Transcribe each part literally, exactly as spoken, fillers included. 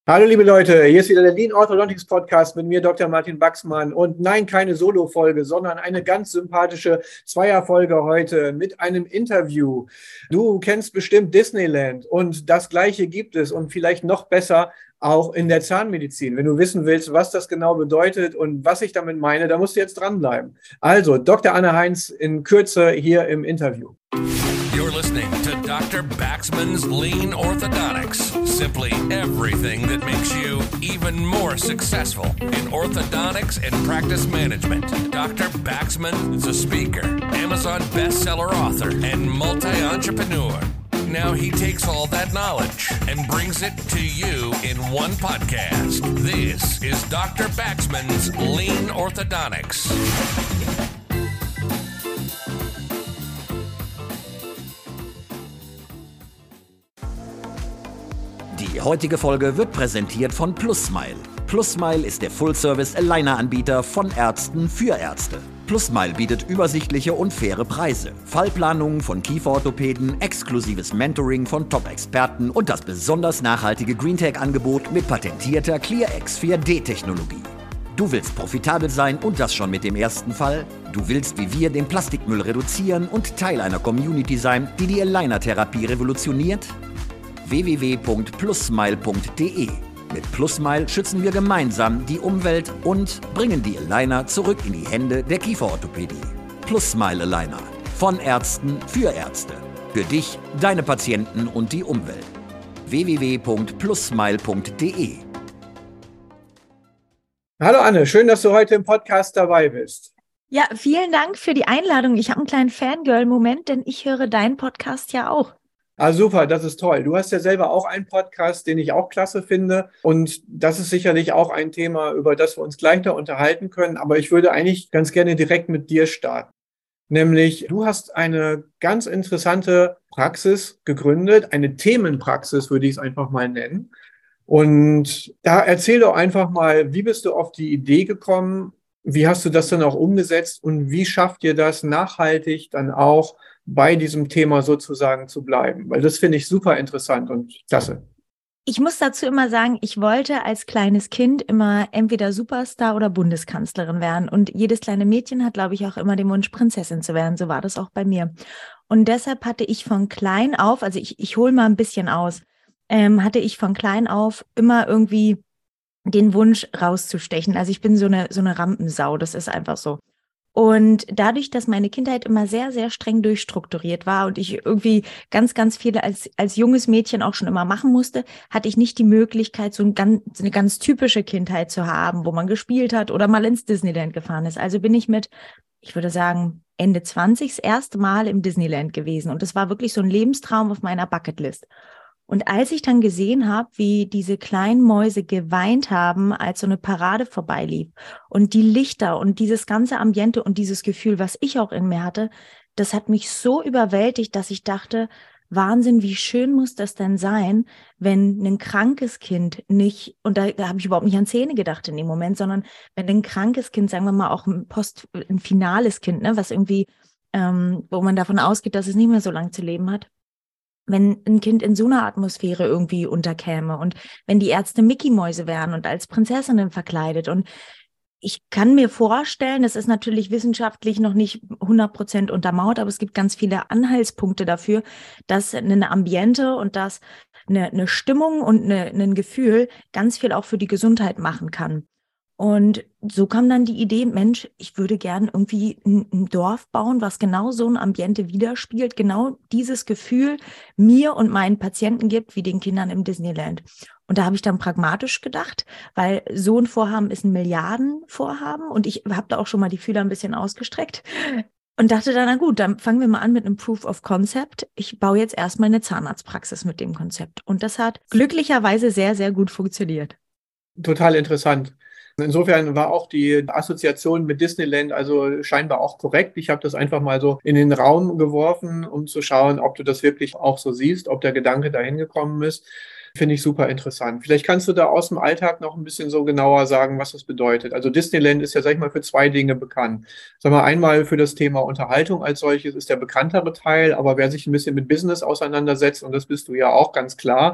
Hallo liebe Leute, hier ist wieder der Lean Orthodontics Podcast mit mir, Doktor Martin Wachsmann. Und nein, keine Solo-Folge, sondern eine ganz sympathische Zweierfolge heute mit einem Interview. Du kennst bestimmt Disneyland und das Gleiche gibt es und vielleicht noch besser auch in der Zahnmedizin. Wenn du wissen willst, was das genau bedeutet und was ich damit meine, dann musst du jetzt dranbleiben. Also, Doktor Anne Heinz in Kürze hier im Interview. You're listening to Doctor Baxman's Lean Orthodontics. Simply everything that makes you even more successful in orthodontics and practice management. Doctor Baxman is a speaker, Amazon bestseller author, and multi-entrepreneur. Now he takes all that knowledge and brings it to you in one podcast. This is Doctor Baxman's Lean Orthodontics. Die heutige Folge wird präsentiert von PlusSmile. PlusSmile ist der Full-Service-Aligner-Anbieter von Ärzten für Ärzte. PlusSmile bietet übersichtliche und faire Preise, Fallplanungen von Kieferorthopäden, exklusives Mentoring von Top-Experten und das besonders nachhaltige GreenTech-Angebot mit patentierter ClearX vier D-Technologie. Du willst profitabel sein und das schon mit dem ersten Fall? Du willst wie wir den Plastikmüll reduzieren und Teil einer Community sein, die die Aligner-Therapie revolutioniert? w w w punkt plussmile punkt d e. Mit PlusSmile schützen wir gemeinsam die Umwelt und bringen die Aligner zurück in die Hände der Kieferorthopädie. PlusSmile Aligner. Von Ärzten für Ärzte. Für dich, deine Patienten und die Umwelt. w w w punkt plussmile punkt d e. Hallo Anne, schön, dass du heute im Podcast dabei bist. Ja, vielen Dank für die Einladung. Ich habe einen kleinen Fangirl-Moment, denn ich höre deinen Podcast ja auch. Ah, super, das ist toll. Du hast ja selber auch einen Podcast, den ich auch klasse finde. Und das ist sicherlich auch ein Thema, über das wir uns gleich noch unterhalten können. Aber ich würde eigentlich ganz gerne direkt mit dir starten. Nämlich, du hast eine ganz interessante Praxis gegründet, eine Themenpraxis, würde ich es einfach mal nennen. Und da erzähl doch einfach mal, wie bist du auf die Idee gekommen? Wie hast du das dann auch umgesetzt? Und wie schafft ihr das nachhaltig dann auch bei diesem Thema sozusagen zu bleiben? Weil das finde ich super interessant und klasse. Ich muss dazu immer sagen, ich wollte als kleines Kind immer entweder Superstar oder Bundeskanzlerin werden. Und jedes kleine Mädchen hat, glaube ich, auch immer den Wunsch, Prinzessin zu werden. So war das auch bei mir. Und deshalb hatte ich von klein auf, also ich, ich hole mal ein bisschen aus, ähm, hatte ich von klein auf immer irgendwie den Wunsch rauszustechen. Also ich bin so eine, so eine Rampensau, das ist einfach so. Und dadurch, dass meine Kindheit immer sehr, sehr streng durchstrukturiert war und ich irgendwie ganz, ganz viele als, als junges Mädchen auch schon immer machen musste, hatte ich nicht die Möglichkeit, so, ein ganz, so eine ganz typische Kindheit zu haben, wo man gespielt hat oder mal ins Disneyland gefahren ist. Also bin ich mit, ich würde sagen, Ende zwanzig das erste Mal im Disneyland gewesen. Und das war wirklich so ein Lebenstraum auf meiner Bucketlist. Und als ich dann gesehen habe, wie diese kleinen Mäuse geweint haben, als so eine Parade vorbeilief und die Lichter und dieses ganze Ambiente und dieses Gefühl, was ich auch in mir hatte, das hat mich so überwältigt, dass ich dachte, Wahnsinn, wie schön muss das denn sein, wenn ein krankes Kind nicht, und da, da habe ich überhaupt nicht an Zähne gedacht in dem Moment, sondern wenn ein krankes Kind, sagen wir mal auch ein Post, ein finales Kind, ne, was irgendwie, ähm, wo man davon ausgeht, dass es nicht mehr so lange zu leben hat, wenn ein Kind in so einer Atmosphäre irgendwie unterkäme und wenn die Ärzte Mickey-Mäuse wären und als Prinzessinnen verkleidet. Und ich kann mir vorstellen, das ist natürlich wissenschaftlich noch nicht hundert Prozent untermauert, aber es gibt ganz viele Anhaltspunkte dafür, dass ein Ambiente und dass eine, eine Stimmung und eine, ein Gefühl ganz viel auch für die Gesundheit machen kann. Und so kam dann die Idee, Mensch, ich würde gern irgendwie ein, ein Dorf bauen, was genau so ein Ambiente widerspiegelt, genau dieses Gefühl mir und meinen Patienten gibt, wie den Kindern im Disneyland. Und da habe ich dann pragmatisch gedacht, weil so ein Vorhaben ist ein Milliardenvorhaben und ich habe da auch schon mal die Fühler ein bisschen ausgestreckt und dachte dann, na gut, dann fangen wir mal an mit einem Proof of Concept. Ich baue jetzt erstmal eine Zahnarztpraxis mit dem Konzept. Und das hat glücklicherweise sehr, sehr gut funktioniert. Total interessant. Insofern war auch die Assoziation mit Disneyland also scheinbar auch korrekt. Ich habe das einfach mal so in den Raum geworfen, um zu schauen, ob du das wirklich auch so siehst, ob der Gedanke dahin gekommen ist. Finde ich super interessant. Vielleicht kannst du da aus dem Alltag noch ein bisschen so genauer sagen, was das bedeutet. Also Disneyland ist ja, sag ich mal, für zwei Dinge bekannt. Sag mal, einmal für das Thema Unterhaltung als solches ist der bekanntere Teil, aber wer sich ein bisschen mit Business auseinandersetzt, und das bist du ja auch ganz klar,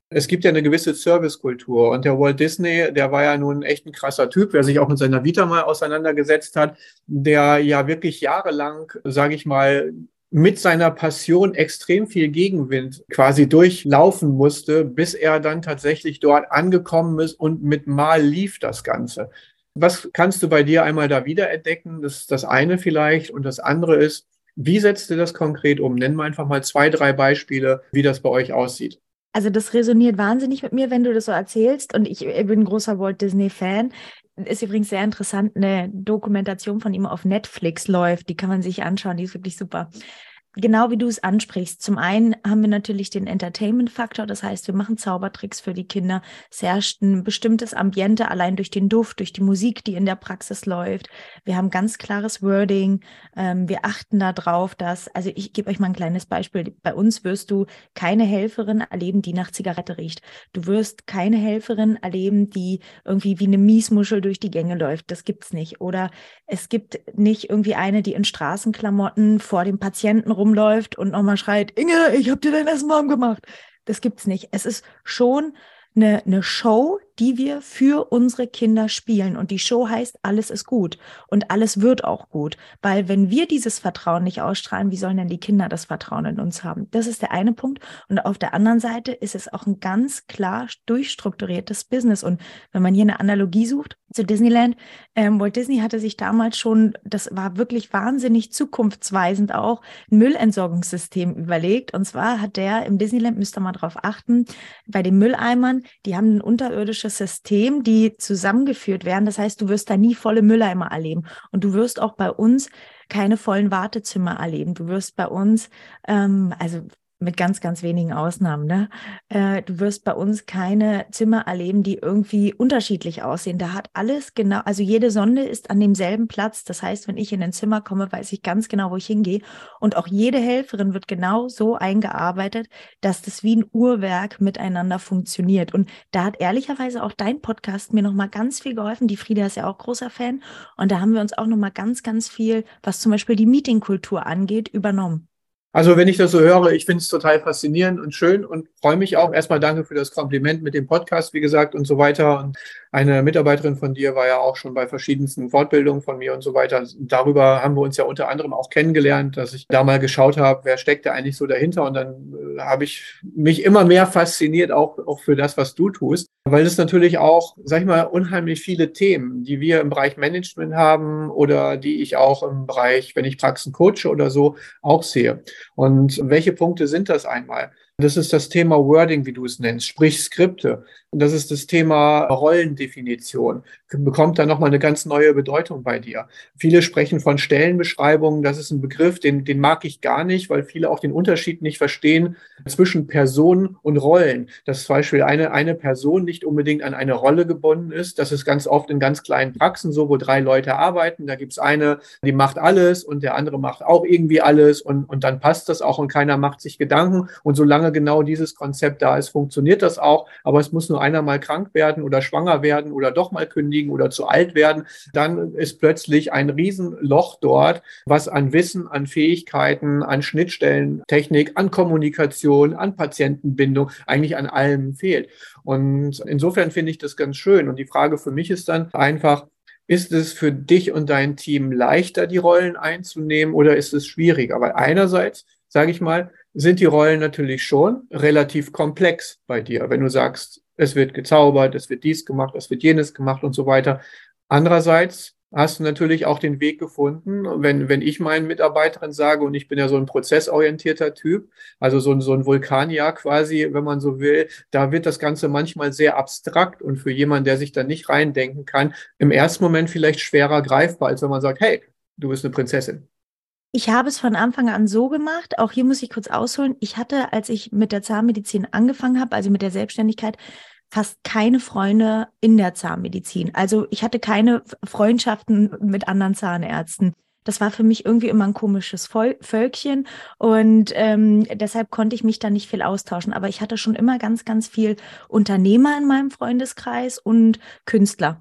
Es gibt ja eine gewisse Servicekultur und der Walt Disney, der war ja nun echt ein krasser Typ, wer sich auch mit seiner Vita mal auseinandergesetzt hat, der ja wirklich jahrelang, sage ich mal, mit seiner Passion extrem viel Gegenwind quasi durchlaufen musste, bis er dann tatsächlich dort angekommen ist und mit Mal lief das Ganze. Was kannst du bei dir einmal da wiederentdecken? Das ist das eine vielleicht. Und das andere ist, wie setzt du das konkret um? Nenn mal einfach mal zwei, drei Beispiele, wie das bei euch aussieht. Also das resoniert wahnsinnig mit mir, wenn du das so erzählst. Und ich, ich bin ein großer Walt Disney-Fan. Ist übrigens sehr interessant, eine Dokumentation von ihm auf Netflix läuft. Die kann man sich anschauen, die ist wirklich super. Genau wie du es ansprichst. Zum einen haben wir natürlich den Entertainment-Faktor, das heißt, wir machen Zaubertricks für die Kinder. Es herrscht ein bestimmtes Ambiente, allein durch den Duft, durch die Musik, die in der Praxis läuft. Wir haben ganz klares Wording. Ähm, wir achten darauf, dass, also ich gebe euch mal ein kleines Beispiel. Bei uns wirst du keine Helferin erleben, die nach Zigarette riecht. Du wirst keine Helferin erleben, die irgendwie wie eine Miesmuschel durch die Gänge läuft. Das gibt's nicht. Oder es gibt nicht irgendwie eine, die in Straßenklamotten vor dem Patienten rumläuft und nochmal schreit, Inge, ich habe dir dein Essen warm gemacht. Das gibt's nicht. Es ist schon eine, eine Show, die wir für unsere Kinder spielen. Und die Show heißt, alles ist gut. Und alles wird auch gut. Weil wenn wir dieses Vertrauen nicht ausstrahlen, wie sollen denn die Kinder das Vertrauen in uns haben? Das ist der eine Punkt. Und auf der anderen Seite ist es auch ein ganz klar durchstrukturiertes Business. Und wenn man hier eine Analogie sucht zu Disneyland, ähm, Walt Disney hatte sich damals schon, das war wirklich wahnsinnig zukunftsweisend auch, ein Müllentsorgungssystem überlegt. Und zwar hat der im Disneyland, müsst ihr mal drauf achten, bei den Mülleimern, die haben ein unterirdisches System, die zusammengeführt werden. Das heißt, du wirst da nie volle Mülleimer erleben. Und du wirst auch bei uns keine vollen Wartezimmer erleben. Du wirst bei uns, ähm, also mit ganz, ganz wenigen Ausnahmen, ne? Äh, du wirst bei uns keine Zimmer erleben, die irgendwie unterschiedlich aussehen. Da hat alles genau, also jede Sonde ist an demselben Platz. Das heißt, wenn ich in ein Zimmer komme, weiß ich ganz genau, wo ich hingehe. Und auch jede Helferin wird genau so eingearbeitet, dass das wie ein Uhrwerk miteinander funktioniert. Und da hat ehrlicherweise auch dein Podcast mir nochmal ganz viel geholfen. Die Frieda ist ja auch großer Fan. Und da haben wir uns auch nochmal ganz, ganz viel, was zum Beispiel die Meetingkultur angeht, übernommen. Also wenn ich das so höre, ich finde es total faszinierend und schön und freue mich auch. Erstmal danke für das Kompliment mit dem Podcast, wie gesagt, und so weiter. Und eine Mitarbeiterin von dir war ja auch schon bei verschiedensten Fortbildungen von mir und so weiter. Darüber haben wir uns ja unter anderem auch kennengelernt, dass ich da mal geschaut habe, wer steckt da eigentlich so dahinter. Und dann äh, habe ich mich immer mehr fasziniert, auch, auch für das, was du tust. Weil es natürlich auch, sag ich mal, unheimlich viele Themen, die wir im Bereich Management haben oder die ich auch im Bereich, wenn ich Praxen coache oder so, auch sehe. Und welche Punkte sind das einmal? Das ist das Thema Wording, wie du es nennst, sprich Skripte. Und das ist das Thema Rollendefinition. Bekommt da nochmal eine ganz neue Bedeutung bei dir. Viele sprechen von Stellenbeschreibungen. Das ist ein Begriff, den, den mag ich gar nicht, weil viele auch den Unterschied nicht verstehen zwischen Personen und Rollen. Dass zum Beispiel eine, eine Person nicht unbedingt an eine Rolle gebunden ist. Das ist ganz oft in ganz kleinen Praxen so, wo drei Leute arbeiten. Da gibt es eine, die macht alles und der andere macht auch irgendwie alles und, und dann passt das auch und keiner macht sich Gedanken. Und solange genau dieses Konzept da ist, funktioniert das auch. Aber es muss nur einer mal krank werden oder schwanger werden oder doch mal kündigen oder zu alt werden. Dann ist plötzlich ein Riesenloch dort, was an Wissen, an Fähigkeiten, an Schnittstellen, Technik, an Kommunikation, an Patientenbindung, eigentlich an allem fehlt. Und insofern finde ich das ganz schön. Und die Frage für mich ist dann einfach, ist es für dich und dein Team leichter, die Rollen einzunehmen oder ist es schwieriger? Weil einerseits, sage ich mal, sind die Rollen natürlich schon relativ komplex bei dir. Wenn du sagst, es wird gezaubert, es wird dies gemacht, es wird jenes gemacht und so weiter. Andererseits hast du natürlich auch den Weg gefunden, wenn, wenn ich meinen Mitarbeitern sage, und ich bin ja so ein prozessorientierter Typ, also so ein, so ein Vulkanier quasi, wenn man so will, da wird das Ganze manchmal sehr abstrakt und für jemanden, der sich da nicht reindenken kann, im ersten Moment vielleicht schwerer greifbar, als wenn man sagt, hey, du bist eine Prinzessin. Ich habe es von Anfang an so gemacht, auch hier muss ich kurz ausholen, ich hatte, als ich mit der Zahnmedizin angefangen habe, also mit der Selbstständigkeit, fast keine Freunde in der Zahnmedizin. Also ich hatte keine Freundschaften mit anderen Zahnärzten. Das war für mich irgendwie immer ein komisches Völkchen und ähm, deshalb konnte ich mich da nicht viel austauschen. Aber ich hatte schon immer ganz, ganz viel Unternehmer in meinem Freundeskreis und Künstler.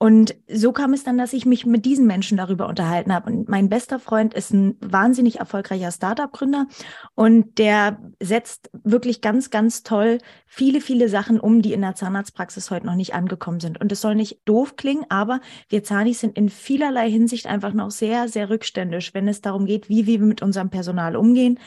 Und so kam es dann, dass ich mich mit diesen Menschen darüber unterhalten habe. Und mein bester Freund ist ein wahnsinnig erfolgreicher Startup-Gründer und der setzt wirklich ganz, ganz toll viele, viele Sachen um, die in der Zahnarztpraxis heute noch nicht angekommen sind. Und es soll nicht doof klingen, aber wir Zahnis sind in vielerlei Hinsicht einfach noch sehr, sehr rückständisch, wenn es darum geht, wie wir mit unserem Personal umgehen,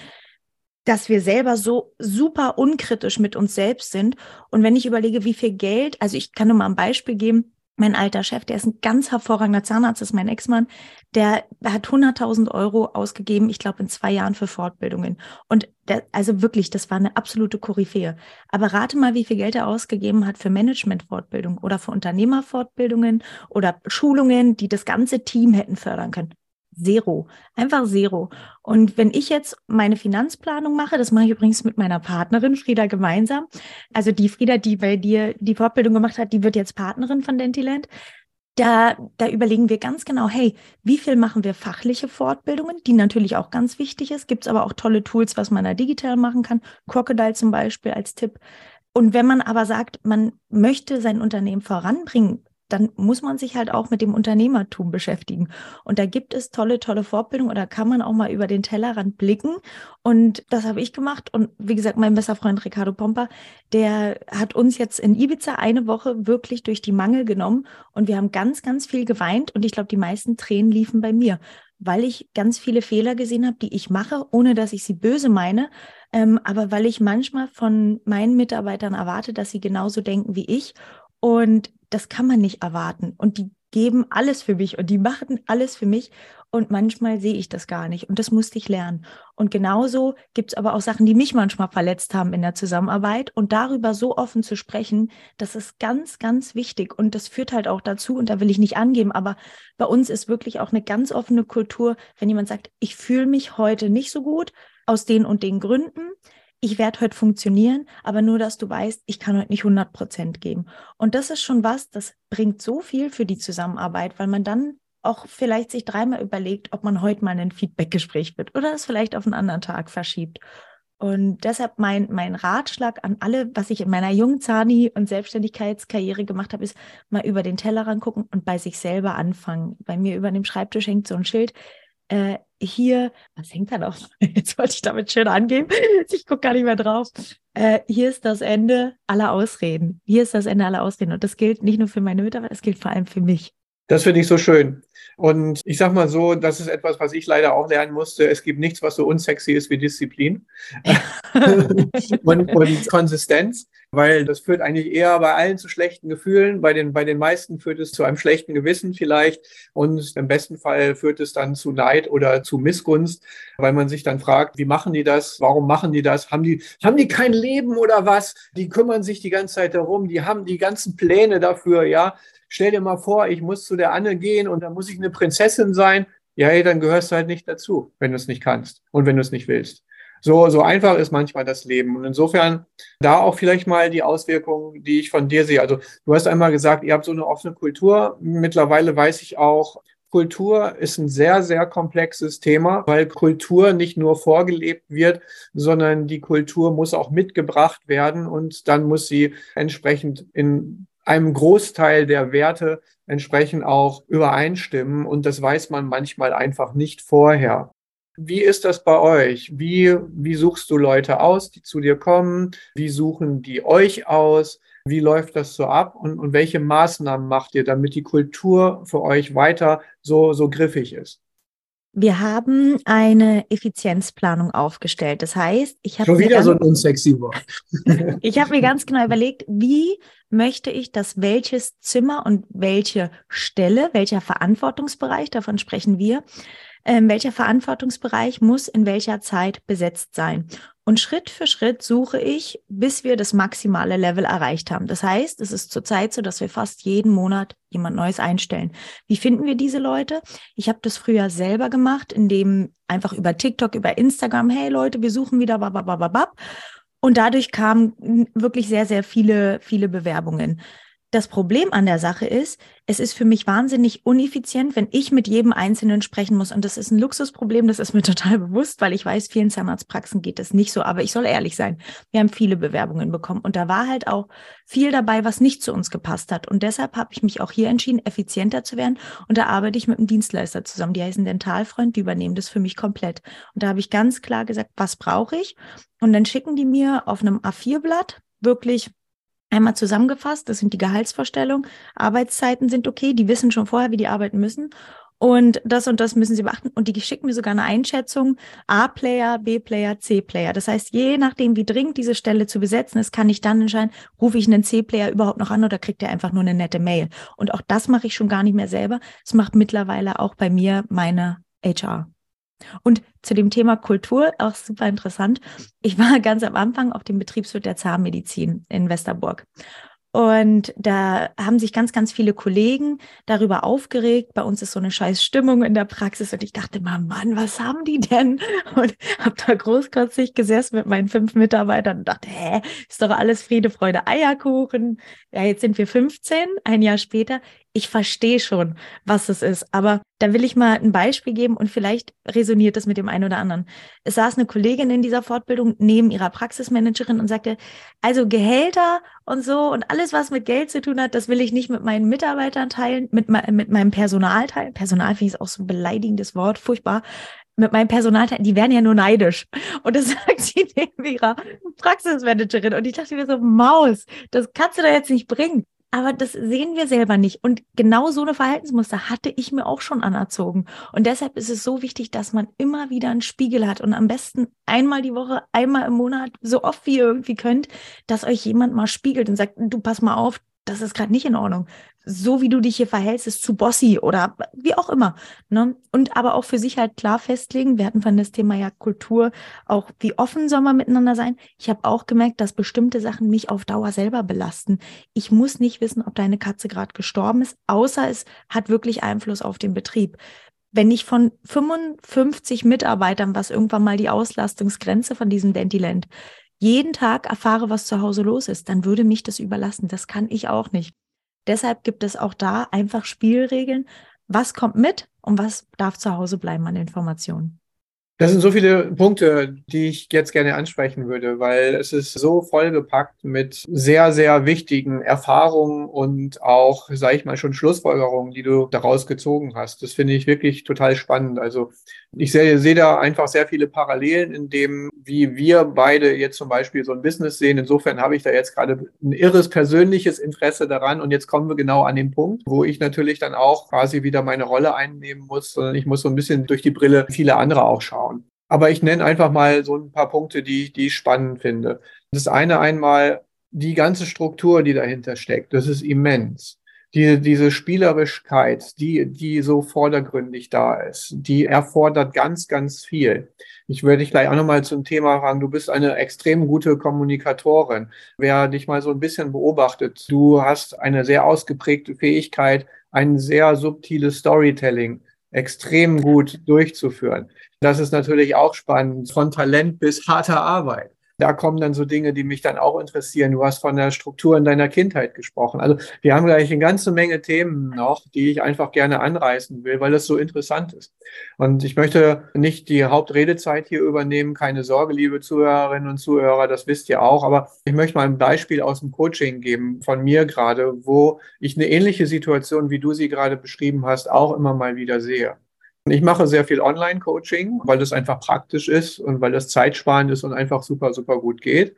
dass wir selber so super unkritisch mit uns selbst sind. Und wenn ich überlege, wie viel Geld, also ich kann nur mal ein Beispiel geben, mein alter Chef, der ist ein ganz hervorragender Zahnarzt, das ist mein Ex-Mann, der hat hunderttausend Euro ausgegeben, ich glaube in zwei Jahren für Fortbildungen. Und der, also wirklich, das war eine absolute Koryphäe. Aber rate mal, wie viel Geld er ausgegeben hat für Management-Fortbildung oder für Unternehmerfortbildungen oder Schulungen, die das ganze Team hätten fördern können. Zero, einfach Zero. Und wenn ich jetzt meine Finanzplanung mache, das mache ich übrigens mit meiner Partnerin Frieda gemeinsam, also die Frieda, die bei dir die Fortbildung gemacht hat, die wird jetzt Partnerin von Dentiland, da, da überlegen wir ganz genau, hey, wie viel machen wir fachliche Fortbildungen, die natürlich auch ganz wichtig ist, gibt es aber auch tolle Tools, was man da digital machen kann, Crocodile zum Beispiel als Tipp. Und wenn man aber sagt, man möchte sein Unternehmen voranbringen, dann muss man sich halt auch mit dem Unternehmertum beschäftigen. Und da gibt es tolle, tolle Fortbildungen oder kann man auch mal über den Tellerrand blicken. Und das habe ich gemacht. Und wie gesagt, mein bester Freund Ricardo Pompa, der hat uns jetzt in Ibiza eine Woche wirklich durch die Mangel genommen. Und wir haben ganz, ganz viel geweint. Und ich glaube, die meisten Tränen liefen bei mir, weil ich ganz viele Fehler gesehen habe, die ich mache, ohne dass ich sie böse meine. Ähm, aber weil ich manchmal von meinen Mitarbeitern erwarte, dass sie genauso denken wie ich. Und das kann man nicht erwarten. Und die geben alles für mich und die machen alles für mich. Und manchmal sehe ich das gar nicht. Und das musste ich lernen. Und genauso gibt es aber auch Sachen, die mich manchmal verletzt haben in der Zusammenarbeit. Und darüber so offen zu sprechen, das ist ganz, ganz wichtig. Und das führt halt auch dazu, und da will ich nicht angeben, aber bei uns ist wirklich auch eine ganz offene Kultur, wenn jemand sagt, ich fühle mich heute nicht so gut, aus den und den Gründen. Ich werde heute funktionieren, aber nur, dass du weißt, ich kann heute nicht hundert Prozent geben. Und das ist schon was, das bringt so viel für die Zusammenarbeit, weil man dann auch vielleicht sich dreimal überlegt, ob man heute mal ein Feedbackgespräch wird oder es vielleicht auf einen anderen Tag verschiebt. Und deshalb mein, mein Ratschlag an alle, was ich in meiner jungen Zahni- und Selbstständigkeitskarriere gemacht habe, ist mal über den Tellerrand gucken und bei sich selber anfangen. Bei mir über dem Schreibtisch hängt so ein Schild, Äh, hier, was hängt da noch? Jetzt wollte ich damit schön angeben. Ich gucke gar nicht mehr drauf. Äh, hier ist das Ende aller Ausreden. Hier ist das Ende aller Ausreden. Und das gilt nicht nur für meine Mitarbeiter, das gilt vor allem für mich. Das finde ich so schön. Und ich sage mal so, das ist etwas, was ich leider auch lernen musste. Es gibt nichts, was so unsexy ist wie Disziplin und, und Konsistenz, weil das führt eigentlich eher bei allen zu schlechten Gefühlen. Bei den, bei den meisten führt es zu einem schlechten Gewissen vielleicht und im besten Fall führt es dann zu Neid oder zu Missgunst, weil man sich dann fragt, wie machen die das? Warum machen die das? Haben die, haben die kein Leben oder was? Die kümmern sich die ganze Zeit darum, die haben die ganzen Pläne dafür, ja. Stell dir mal vor, ich muss zu der Anne gehen und dann muss ich eine Prinzessin sein. Ja, hey, dann gehörst du halt nicht dazu, wenn du es nicht kannst und wenn du es nicht willst. So, so einfach ist manchmal das Leben. Und insofern da auch vielleicht mal die Auswirkungen, die ich von dir sehe. Also du hast einmal gesagt, ihr habt so eine offene Kultur. Mittlerweile weiß ich auch, Kultur ist ein sehr, sehr komplexes Thema, weil Kultur nicht nur vorgelebt wird, sondern die Kultur muss auch mitgebracht werden und dann muss sie entsprechend in einem Großteil der Werte entsprechend auch übereinstimmen. Und das weiß man manchmal einfach nicht vorher. Wie ist das bei euch? Wie, wie suchst du Leute aus, die zu dir kommen? Wie suchen die euch aus? Wie läuft das so ab? Und, und welche Maßnahmen macht ihr, damit die Kultur für euch weiter so, so griffig ist? Wir haben eine Effizienzplanung aufgestellt. Das heißt, ich habe schon wieder ganz, so ein unsexy Wort. Ich habe mir ganz genau überlegt, wie möchte ich, dass welches Zimmer und welche Stelle, welcher Verantwortungsbereich, davon sprechen wir, ähm, welcher Verantwortungsbereich muss in welcher Zeit besetzt sein. Und Schritt für Schritt suche ich, bis wir das maximale Level erreicht haben. Das heißt, es ist zurzeit so, dass wir fast jeden Monat jemand Neues einstellen. Wie finden wir diese Leute? Ich habe das früher selber gemacht, indem einfach über TikTok, über Instagram, hey Leute, wir suchen wieder bababababab. Und dadurch kamen wirklich sehr, sehr viele, viele Bewerbungen. Das Problem an der Sache ist, es ist für mich wahnsinnig uneffizient, wenn ich mit jedem Einzelnen sprechen muss. Und das ist ein Luxusproblem, das ist mir total bewusst, weil ich weiß, vielen Zahnarztpraxen geht das nicht so. Aber ich soll ehrlich sein, wir haben viele Bewerbungen bekommen. Und da war halt auch viel dabei, was nicht zu uns gepasst hat. Und deshalb habe ich mich auch hier entschieden, effizienter zu werden. Und da arbeite ich mit einem Dienstleister zusammen. Die heißen Dentalfreund, die übernehmen das für mich komplett. Und da habe ich ganz klar gesagt, was brauche ich? Und dann schicken die mir auf einem A vier Blatt wirklich einmal zusammengefasst, das sind die Gehaltsvorstellungen, Arbeitszeiten sind okay, die wissen schon vorher, wie die arbeiten müssen und das und das müssen sie beachten und die schicken mir sogar eine Einschätzung, A-Player, B-Player, C-Player. Das heißt, je nachdem, wie dringend diese Stelle zu besetzen ist, kann ich dann entscheiden, rufe ich einen C-Player überhaupt noch an oder kriegt er einfach nur eine nette Mail. Und auch das mache ich schon gar nicht mehr selber. Das macht mittlerweile auch bei mir meine H R. Und zu dem Thema Kultur, auch super interessant. Ich war ganz am Anfang auf dem Betriebswirt der Zahnmedizin in Westerburg. Und da haben sich ganz, ganz viele Kollegen darüber aufgeregt. Bei uns ist so eine scheiß Stimmung in der Praxis. Und ich dachte mal, Mann, was haben die denn? Und habe da großkotzig gesessen mit meinen fünf Mitarbeitern und dachte, hä, ist doch alles Friede, Freude, Eierkuchen. Ja, jetzt sind wir fünfzehn, ein Jahr später. Ich verstehe schon, was das ist. Aber da will ich mal ein Beispiel geben und vielleicht resoniert das mit dem einen oder anderen. Es saß eine Kollegin in dieser Fortbildung neben ihrer Praxismanagerin und sagte, also Gehälter und so und alles, was mit Geld zu tun hat, das will ich nicht mit meinen Mitarbeitern teilen, mit, mit meinem Personal teilen. Personal finde ich auch so ein beleidigendes Wort, furchtbar. Mit meinem Personal teilen, die werden ja nur neidisch. Und das sagt sie neben ihrer Praxismanagerin. Und ich dachte mir so, Maus, das kannst du da jetzt nicht bringen. Aber das sehen wir selber nicht. Und genau so eine Verhaltensmuster hatte ich mir auch schon anerzogen. Und deshalb ist es so wichtig, dass man immer wieder einen Spiegel hat und am besten einmal die Woche, einmal im Monat, so oft wie ihr irgendwie könnt, dass euch jemand mal spiegelt und sagt, du pass mal auf, das ist gerade nicht in Ordnung. So wie du dich hier verhältst, ist zu bossy oder wie auch immer. Ne? Und aber auch für sich halt klar festlegen, wir hatten von das Thema ja Kultur, auch wie offen soll man miteinander sein. Ich habe auch gemerkt, dass bestimmte Sachen mich auf Dauer selber belasten. Ich muss nicht wissen, ob deine Katze gerade gestorben ist, außer es hat wirklich Einfluss auf den Betrieb. Wenn ich von fünfundfünfzig Mitarbeitern, was irgendwann mal die Auslastungsgrenze von diesem Dentiland, jeden Tag erfahre, was zu Hause los ist, dann würde mich das überlasten. Das kann ich auch nicht. Deshalb gibt es auch da einfach Spielregeln. Was kommt mit und was darf zu Hause bleiben an Informationen? Das sind so viele Punkte, die ich jetzt gerne ansprechen würde, weil es ist so vollgepackt mit sehr, sehr wichtigen Erfahrungen und auch, sage ich mal, schon Schlussfolgerungen, die du daraus gezogen hast. Das finde ich wirklich total spannend. Also ich sehe, sehe da einfach sehr viele Parallelen in dem, wie wir beide jetzt zum Beispiel so ein Business sehen. Insofern habe ich da jetzt gerade ein irres persönliches Interesse daran. Und jetzt kommen wir genau an den Punkt, wo ich natürlich dann auch quasi wieder meine Rolle einnehmen muss, sondern ich muss so ein bisschen durch die Brille viele andere auch schauen. Aber ich nenne einfach mal so ein paar Punkte, die, die ich spannend finde. Das eine einmal die ganze Struktur, die dahinter steckt. Das ist immens. Die, diese Spielerischkeit, die, die so vordergründig da ist, die erfordert ganz, ganz viel. Ich würde dich gleich auch nochmal zum Thema fragen. Du bist eine extrem gute Kommunikatorin. Wer dich mal so ein bisschen beobachtet, du hast eine sehr ausgeprägte Fähigkeit, ein sehr subtiles Storytelling extrem gut durchzuführen. Das ist natürlich auch spannend, von Talent bis harter Arbeit. Da kommen dann so Dinge, die mich dann auch interessieren. Du hast von der Struktur in deiner Kindheit gesprochen. Also wir haben gleich eine ganze Menge Themen noch, die ich einfach gerne anreißen will, weil das so interessant ist. Und ich möchte nicht die Hauptredezeit hier übernehmen. Keine Sorge, liebe Zuhörerinnen und Zuhörer, das wisst ihr auch. Aber ich möchte mal ein Beispiel aus dem Coaching geben von mir gerade, wo ich eine ähnliche Situation, wie du sie gerade beschrieben hast, auch immer mal wieder sehe. Ich mache sehr viel Online-Coaching, weil das einfach praktisch ist und weil das zeitsparend ist und einfach super, super gut geht.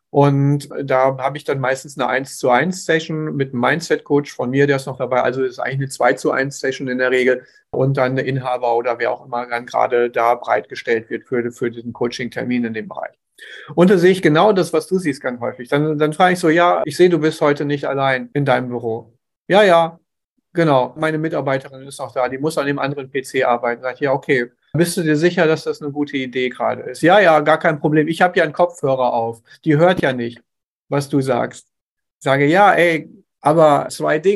Und da habe ich dann meistens eine eins zu eins Session mit einem Mindset-Coach von mir, der ist noch dabei. Also das ist eigentlich eine zwei zu eins Session in der Regel. Und dann der Inhaber oder wer auch immer dann gerade da bereitgestellt wird für, für diesen Coaching-Termin in dem Bereich. Und da sehe ich genau das, was du siehst, ganz häufig. Dann, dann frage ich so, ja, ich sehe, du bist heute nicht allein in deinem Büro. Ja, ja. Genau, meine Mitarbeiterin ist noch da, die muss an dem anderen P C arbeiten. Sag ich, ja, okay, bist du dir sicher, dass das eine gute Idee gerade ist? Ja, ja, gar kein Problem. Ich habe ja einen Kopfhörer auf. Die hört ja nicht, was du sagst. Ich sage, ja, ey, aber zwei Dinge.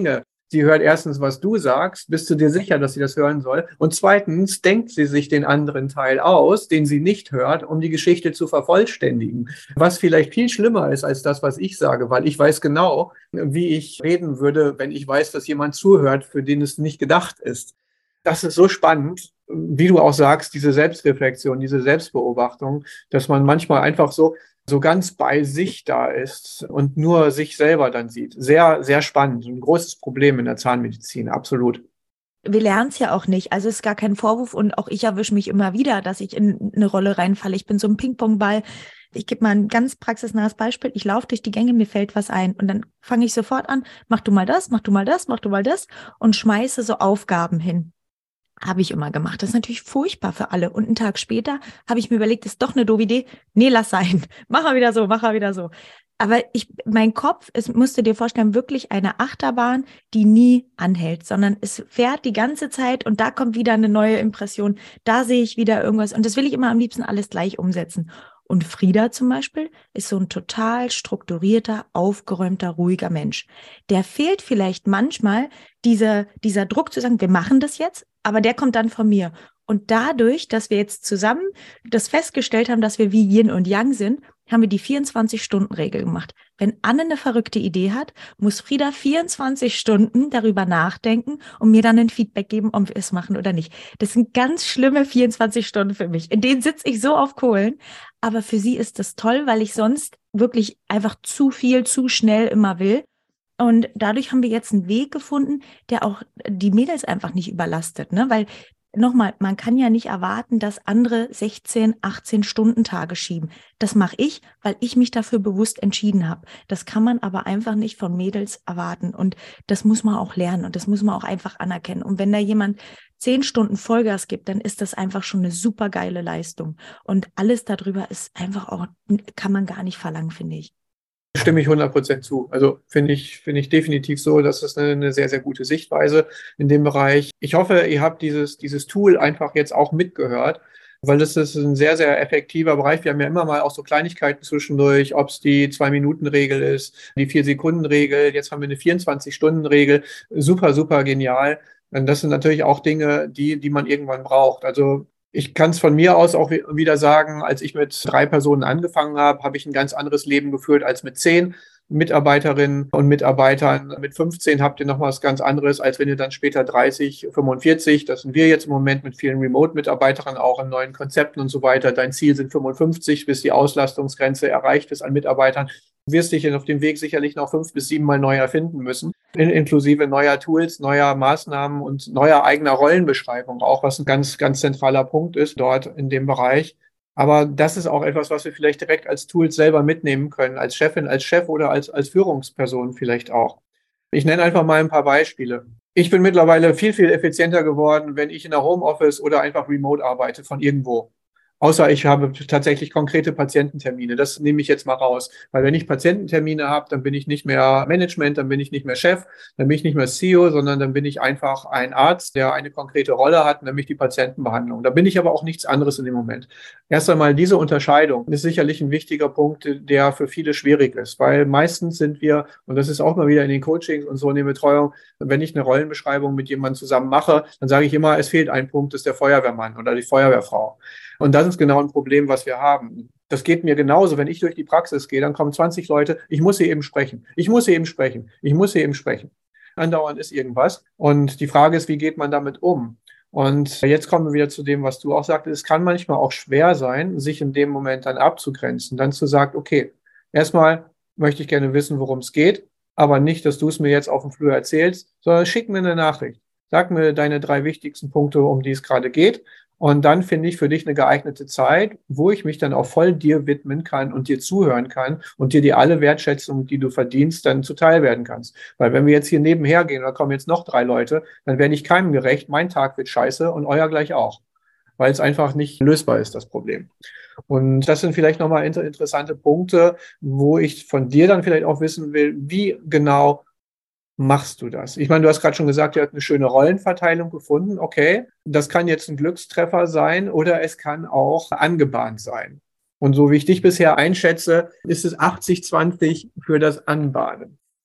Sie hört erstens, was du sagst, bist du dir sicher, dass sie das hören soll? Und zweitens denkt sie sich den anderen Teil aus, den sie nicht hört, um die Geschichte zu vervollständigen. Was vielleicht viel schlimmer ist als das, was ich sage, weil ich weiß genau, wie ich reden würde, wenn ich weiß, dass jemand zuhört, für den es nicht gedacht ist. Das ist so spannend, wie du auch sagst, diese Selbstreflexion, diese Selbstbeobachtung, dass man manchmal einfach so so ganz bei sich da ist und nur sich selber dann sieht. Sehr, sehr spannend. Ein großes Problem in der Zahnmedizin, absolut. Wir lernen es ja auch nicht. Also es ist gar kein Vorwurf und auch ich erwische mich immer wieder, dass ich in eine Rolle reinfalle. Ich bin so ein Ping-Pong-Ball. Ich gebe mal ein ganz praxisnahes Beispiel. Ich laufe durch die Gänge, mir fällt was ein und dann fange ich sofort an, mach du mal das, mach du mal das, mach du mal das und schmeiße so Aufgaben hin. Habe ich immer gemacht. Das ist natürlich furchtbar für alle. Und einen Tag später habe ich mir überlegt, das ist doch eine doofe Idee. Nee, lass sein. Mach er wieder so, mach er wieder so. Aber ich, mein Kopf, es musst du dir vorstellen, wirklich eine Achterbahn, die nie anhält, sondern es fährt die ganze Zeit und da kommt wieder eine neue Impression. Da sehe ich wieder irgendwas. Und das will ich immer am liebsten alles gleich umsetzen. Und Frieda zum Beispiel ist so ein total strukturierter, aufgeräumter, ruhiger Mensch. Der fehlt vielleicht manchmal dieser, dieser Druck zu sagen, wir machen das jetzt, aber der kommt dann von mir. Und dadurch, dass wir jetzt zusammen das festgestellt haben, dass wir wie Yin und Yang sind, haben wir die vierundzwanzig-Stunden-Regel gemacht. Wenn Anne eine verrückte Idee hat, muss Frieda vierundzwanzig Stunden darüber nachdenken und mir dann ein Feedback geben, ob wir es machen oder nicht. Das sind ganz schlimme vierundzwanzig Stunden für mich. In denen sitze ich so auf Kohlen. Aber für sie ist das toll, weil ich sonst wirklich einfach zu viel, zu schnell immer will. Und dadurch haben wir jetzt einen Weg gefunden, der auch die Mädels einfach nicht überlastet, ne? Weil nochmal, man kann ja nicht erwarten, dass andere sechzehn, achtzehn Stunden Tage schieben. Das mache ich, weil ich mich dafür bewusst entschieden habe. Das kann man aber einfach nicht von Mädels erwarten. Und das muss man auch lernen und das muss man auch einfach anerkennen. Und wenn da jemand zehn Stunden Vollgas gibt, dann ist das einfach schon eine super geile Leistung. Und alles darüber ist einfach auch, kann man gar nicht verlangen, finde ich. Stimme ich hundert Prozent zu. Also finde ich, finde ich definitiv so, das ist eine, eine sehr, sehr gute Sichtweise in dem Bereich. Ich hoffe, ihr habt dieses, dieses Tool einfach jetzt auch mitgehört, weil das ist ein sehr, sehr effektiver Bereich. Wir haben ja immer mal auch so Kleinigkeiten zwischendurch, ob es die Zwei-Minuten-Regel ist, die Vier-Sekunden-Regel, jetzt haben wir eine vierundzwanzig-Stunden-Regel. Super, super genial. Und das sind natürlich auch Dinge, die, die man irgendwann braucht. Also ich kann es von mir aus auch wieder sagen, als ich mit drei Personen angefangen habe, habe ich ein ganz anderes Leben geführt als mit zehn Mitarbeiterinnen und Mitarbeitern. Mit fünfzehn habt ihr noch was ganz anderes, als wenn ihr dann später dreißig, fünfundvierzig, das sind wir jetzt im Moment mit vielen Remote-Mitarbeitern, auch in neuen Konzepten und so weiter. Dein Ziel sind fünfundfünfzig, bis die Auslastungsgrenze erreicht ist an Mitarbeitern. Du wirst dich auf dem Weg sicherlich noch fünf bis sieben Mal neu erfinden müssen, inklusive neuer Tools, neuer Maßnahmen und neuer eigener Rollenbeschreibung, auch was ein ganz, ganz zentraler Punkt ist dort in dem Bereich. Aber das ist auch etwas, was wir vielleicht direkt als Tools selber mitnehmen können, als Chefin, als Chef oder als, als Führungsperson vielleicht auch. Ich nenne einfach mal ein paar Beispiele. Ich bin mittlerweile viel, viel effizienter geworden, wenn ich in der Homeoffice oder einfach remote arbeite von irgendwo. Außer ich habe tatsächlich konkrete Patiententermine. Das nehme ich jetzt mal raus. Weil wenn ich Patiententermine habe, dann bin ich nicht mehr Management, dann bin ich nicht mehr Chef, dann bin ich nicht mehr C E O, sondern dann bin ich einfach ein Arzt, der eine konkrete Rolle hat, nämlich die Patientenbehandlung. Da bin ich aber auch nichts anderes in dem Moment. Erst einmal diese Unterscheidung ist sicherlich ein wichtiger Punkt, der für viele schwierig ist. Weil meistens sind wir, und das ist auch mal wieder in den Coachings und so in der Betreuung, wenn ich eine Rollenbeschreibung mit jemandem zusammen mache, dann sage ich immer, es fehlt ein Punkt, das ist der Feuerwehrmann oder die Feuerwehrfrau. Und das ist genau ein Problem, was wir haben. Das geht mir genauso, wenn ich durch die Praxis gehe, dann kommen zwanzig Leute, ich muss hier eben sprechen, ich muss hier eben sprechen, ich muss hier eben sprechen. Andauernd ist irgendwas. Und die Frage ist, wie geht man damit um? Und jetzt kommen wir wieder zu dem, was du auch sagtest. Es kann manchmal auch schwer sein, sich in dem Moment dann abzugrenzen, dann zu sagen, okay, erstmal möchte ich gerne wissen, worum es geht, aber nicht, dass du es mir jetzt auf dem Flur erzählst, sondern schick mir eine Nachricht. Sag mir deine drei wichtigsten Punkte, um die es gerade geht. Und dann finde ich für dich eine geeignete Zeit, wo ich mich dann auch voll dir widmen kann und dir zuhören kann und dir die alle Wertschätzung, die du verdienst, dann zuteil werden kannst. Weil wenn wir jetzt hier nebenher gehen, da kommen jetzt noch drei Leute, dann werde ich keinem gerecht, mein Tag wird scheiße und euer gleich auch. Weil es einfach nicht lösbar ist, das Problem. Und das sind vielleicht nochmal inter- interessante Punkte, wo ich von dir dann vielleicht auch wissen will, wie genau machst du das? Ich meine, du hast gerade schon gesagt, ihr habt eine schöne Rollenverteilung gefunden. Okay, das kann jetzt ein Glückstreffer sein oder es kann auch angebahnt sein. Und so wie ich dich bisher einschätze, ist es achtzig zwanzig für das Anbahnen.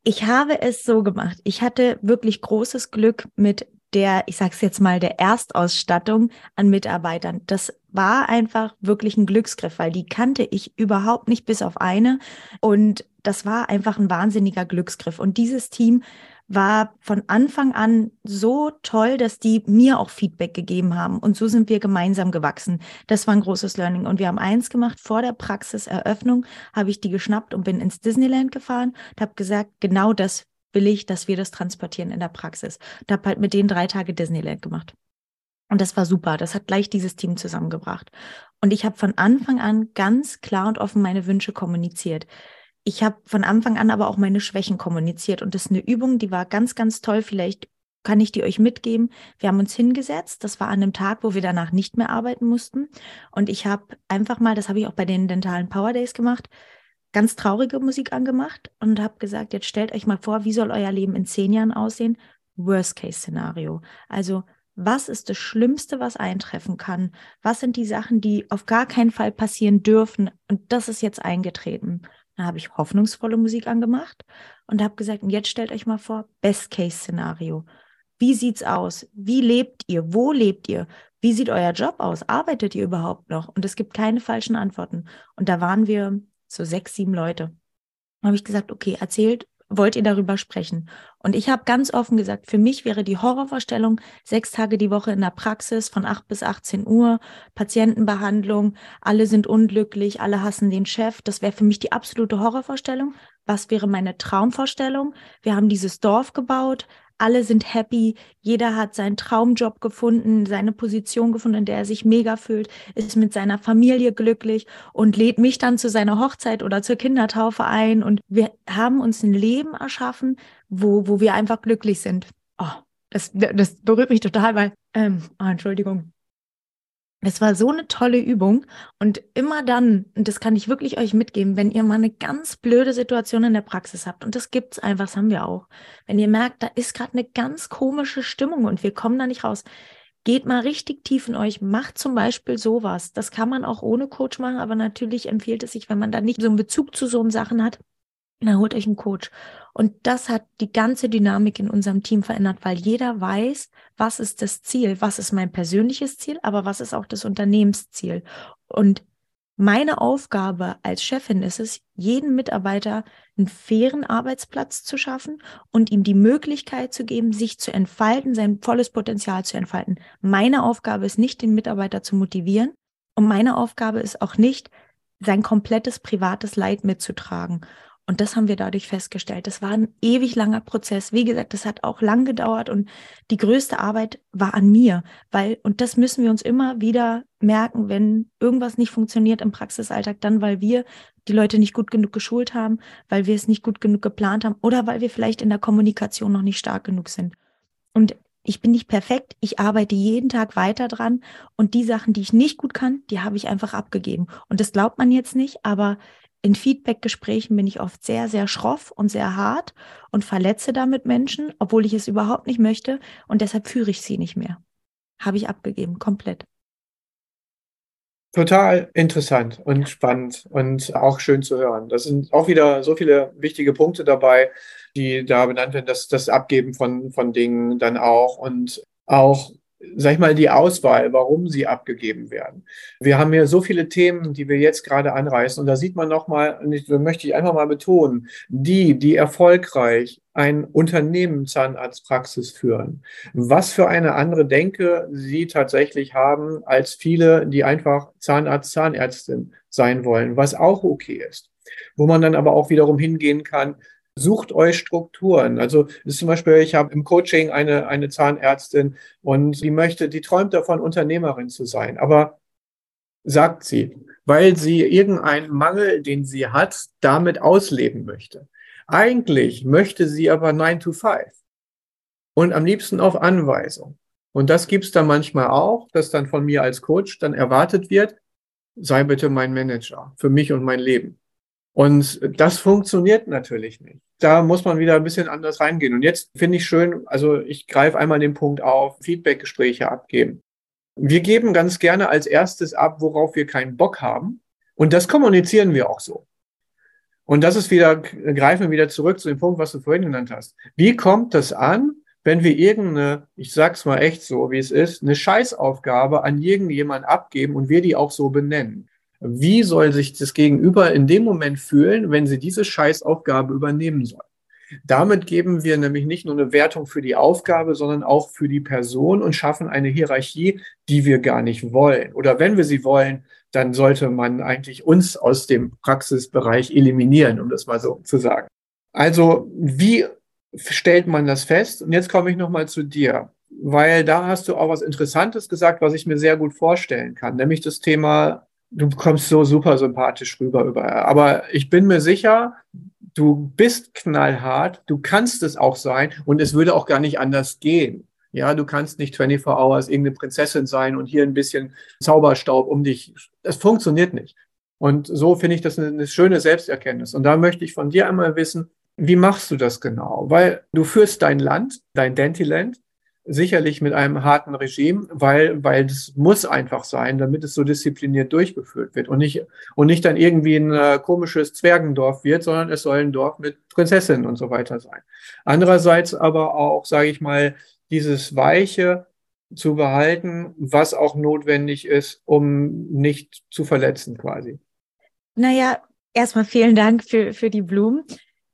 Ich habe es so gemacht. Ich hatte wirklich großes Glück mit der, ich sage es jetzt mal, der Erstausstattung an Mitarbeitern. Das war einfach wirklich ein Glücksgriff, weil die kannte ich überhaupt nicht bis auf eine. Und das war einfach ein wahnsinniger Glücksgriff. Und dieses Team war von Anfang an so toll, dass die mir auch Feedback gegeben haben. Und so sind wir gemeinsam gewachsen. Das war ein großes Learning. Und wir haben eins gemacht, vor der Praxiseröffnung habe ich die geschnappt und bin ins Disneyland gefahren und habe gesagt, genau das will ich, dass wir das transportieren in der Praxis. Und habe halt mit denen drei Tage Disneyland gemacht. Und das war super. Das hat gleich dieses Team zusammengebracht. Und ich habe von Anfang an ganz klar und offen meine Wünsche kommuniziert. Ich habe von Anfang an aber auch meine Schwächen kommuniziert. Und das ist eine Übung, die war ganz, ganz toll. Vielleicht kann ich die euch mitgeben. Wir haben uns hingesetzt. Das war an einem Tag, wo wir danach nicht mehr arbeiten mussten. Und ich habe einfach mal, das habe ich auch bei den dentalen Power Days gemacht, ganz traurige Musik angemacht und habe gesagt, jetzt stellt euch mal vor, wie soll euer Leben in zehn Jahren aussehen? Worst-Case-Szenario. Also was ist das Schlimmste, was eintreffen kann? Was sind die Sachen, die auf gar keinen Fall passieren dürfen? Und das ist jetzt eingetreten. Da habe ich hoffnungsvolle Musik angemacht und habe gesagt, und jetzt stellt euch mal vor, Best-Case-Szenario. Wie sieht's aus? Wie lebt ihr? Wo lebt ihr? Wie sieht euer Job aus? Arbeitet ihr überhaupt noch? Und es gibt keine falschen Antworten. Und da waren wir so sechs, sieben Leute. Da habe ich gesagt, okay, erzählt, wollt ihr darüber sprechen? Und ich habe ganz offen gesagt, für mich wäre die Horrorvorstellung, sechs Tage die Woche in der Praxis von acht bis achtzehn Uhr, Patientenbehandlung, alle sind unglücklich, alle hassen den Chef. Das wäre für mich die absolute Horrorvorstellung. Was wäre meine Traumvorstellung? Wir haben dieses Dorf gebaut, alle sind happy, jeder hat seinen Traumjob gefunden, seine Position gefunden, in der er sich mega fühlt, ist mit seiner Familie glücklich und lädt mich dann zu seiner Hochzeit oder zur Kindertaufe ein. Und wir haben uns ein Leben erschaffen, wo, wo wir einfach glücklich sind. Oh, das, das berührt mich total, weil, ähm, oh, Entschuldigung. Es war so eine tolle Übung und immer dann, und das kann ich wirklich euch mitgeben, wenn ihr mal eine ganz blöde Situation in der Praxis habt, und das gibt's einfach, das haben wir auch, wenn ihr merkt, da ist gerade eine ganz komische Stimmung und wir kommen da nicht raus, geht mal richtig tief in euch, macht zum Beispiel sowas. Das kann man auch ohne Coach machen, aber natürlich empfiehlt es sich, wenn man da nicht so einen Bezug zu so einem Sachen hat, dann holt euch einen Coach. Und das hat die ganze Dynamik in unserem Team verändert, weil jeder weiß, was ist das Ziel, was ist mein persönliches Ziel, aber was ist auch das Unternehmensziel. Und meine Aufgabe als Chefin ist es, jedem Mitarbeiter einen fairen Arbeitsplatz zu schaffen und ihm die Möglichkeit zu geben, sich zu entfalten, sein volles Potenzial zu entfalten. Meine Aufgabe ist nicht, den Mitarbeiter zu motivieren, und meine Aufgabe ist auch nicht, sein komplettes privates Leid mitzutragen. Und das haben wir dadurch festgestellt. Das war ein ewig langer Prozess. Wie gesagt, das hat auch lang gedauert und die größte Arbeit war an mir, weil, und das müssen wir uns immer wieder merken, wenn irgendwas nicht funktioniert im Praxisalltag, dann weil wir die Leute nicht gut genug geschult haben, weil wir es nicht gut genug geplant haben oder weil wir vielleicht in der Kommunikation noch nicht stark genug sind. Und ich bin nicht perfekt, ich arbeite jeden Tag weiter dran und die Sachen, die ich nicht gut kann, die habe ich einfach abgegeben. Und das glaubt man jetzt nicht, aber in Feedback-Gesprächen bin ich oft sehr, sehr schroff und sehr hart und verletze damit Menschen, obwohl ich es überhaupt nicht möchte, und deshalb führe ich sie nicht mehr. Habe ich abgegeben, komplett. Total interessant und spannend und auch schön zu hören. Das sind auch wieder so viele wichtige Punkte dabei, die da benannt werden, dass das Abgeben von, von Dingen dann auch und auch, sag ich mal, die Auswahl, warum sie abgegeben werden. Wir haben hier so viele Themen, die wir jetzt gerade anreißen, und da sieht man nochmal, und ich, möchte ich einfach mal betonen, die, die erfolgreich ein Unternehmen Zahnarztpraxis führen, was für eine andere Denke sie tatsächlich haben als viele, die einfach Zahnarzt, Zahnärztin sein wollen, was auch okay ist. Wo man dann aber auch wiederum hingehen kann, sucht euch Strukturen. Also ist zum Beispiel, ich habe im Coaching eine, eine Zahnärztin und die möchte, die träumt davon, Unternehmerin zu sein. Aber sagt sie, weil sie irgendeinen Mangel, den sie hat, damit ausleben möchte. Eigentlich möchte sie aber nine to five und am liebsten auf Anweisung. Und das gibt es dann manchmal auch, dass dann von mir als Coach dann erwartet wird, sei bitte mein Manager für mich und mein Leben. Und das funktioniert natürlich nicht. Da muss man wieder ein bisschen anders reingehen. Und jetzt finde ich schön, also ich greife einmal den Punkt auf, Feedbackgespräche abgeben. Wir geben ganz gerne als erstes ab, worauf wir keinen Bock haben. Und das kommunizieren wir auch so. Und das ist wieder, greifen wir wieder zurück zu dem Punkt, was du vorhin genannt hast. Wie kommt das an, wenn wir irgendeine, ich sag's mal echt so, wie es ist, eine Scheißaufgabe an irgendjemanden abgeben und wir die auch so benennen? Wie soll sich das Gegenüber in dem Moment fühlen, wenn sie diese Scheißaufgabe übernehmen soll? Damit geben wir nämlich nicht nur eine Wertung für die Aufgabe, sondern auch für die Person und schaffen eine Hierarchie, die wir gar nicht wollen. Oder wenn wir sie wollen, dann sollte man eigentlich uns aus dem Praxisbereich eliminieren, um das mal so zu sagen. Also wie stellt man das fest? Und jetzt komme ich nochmal zu dir, weil da hast du auch was Interessantes gesagt, was ich mir sehr gut vorstellen kann, nämlich das Thema, du kommst so super sympathisch rüber überall. Aber ich bin mir sicher, du bist knallhart, du kannst es auch sein und es würde auch gar nicht anders gehen. Ja, du kannst nicht vierundzwanzig Hours irgendeine Prinzessin sein und hier ein bisschen Zauberstaub um dich. Das funktioniert nicht. Und so finde ich das eine, eine schöne Selbsterkenntnis. Und da möchte ich von dir einmal wissen, wie machst du das genau? Weil du führst dein Land, dein Dantiland, sicherlich mit einem harten Regime, weil, weil es muss einfach sein, damit es so diszipliniert durchgeführt wird und nicht, und nicht dann irgendwie ein äh, komisches Zwergendorf wird, sondern es soll ein Dorf mit Prinzessinnen und so weiter sein. Andererseits aber auch, sage ich mal, dieses Weiche zu behalten, was auch notwendig ist, um nicht zu verletzen quasi. Naja, erstmal vielen Dank für, für die Blumen.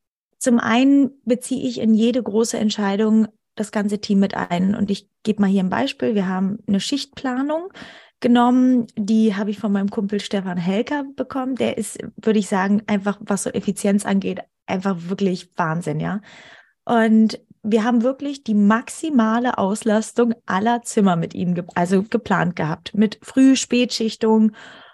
Zum einen beziehe ich in jede große Entscheidung das ganze Team mit ein. Und ich gebe mal hier ein Beispiel. Wir haben eine Schichtplanung genommen, die habe ich von meinem Kumpel Stefan Helker bekommen. Der ist, würde ich sagen, einfach, was so Effizienz angeht, einfach wirklich Wahnsinn, ja. Und wir haben wirklich die maximale Auslastung aller Zimmer mit ihm, ge- also geplant gehabt, mit Früh-, Spätschichtung.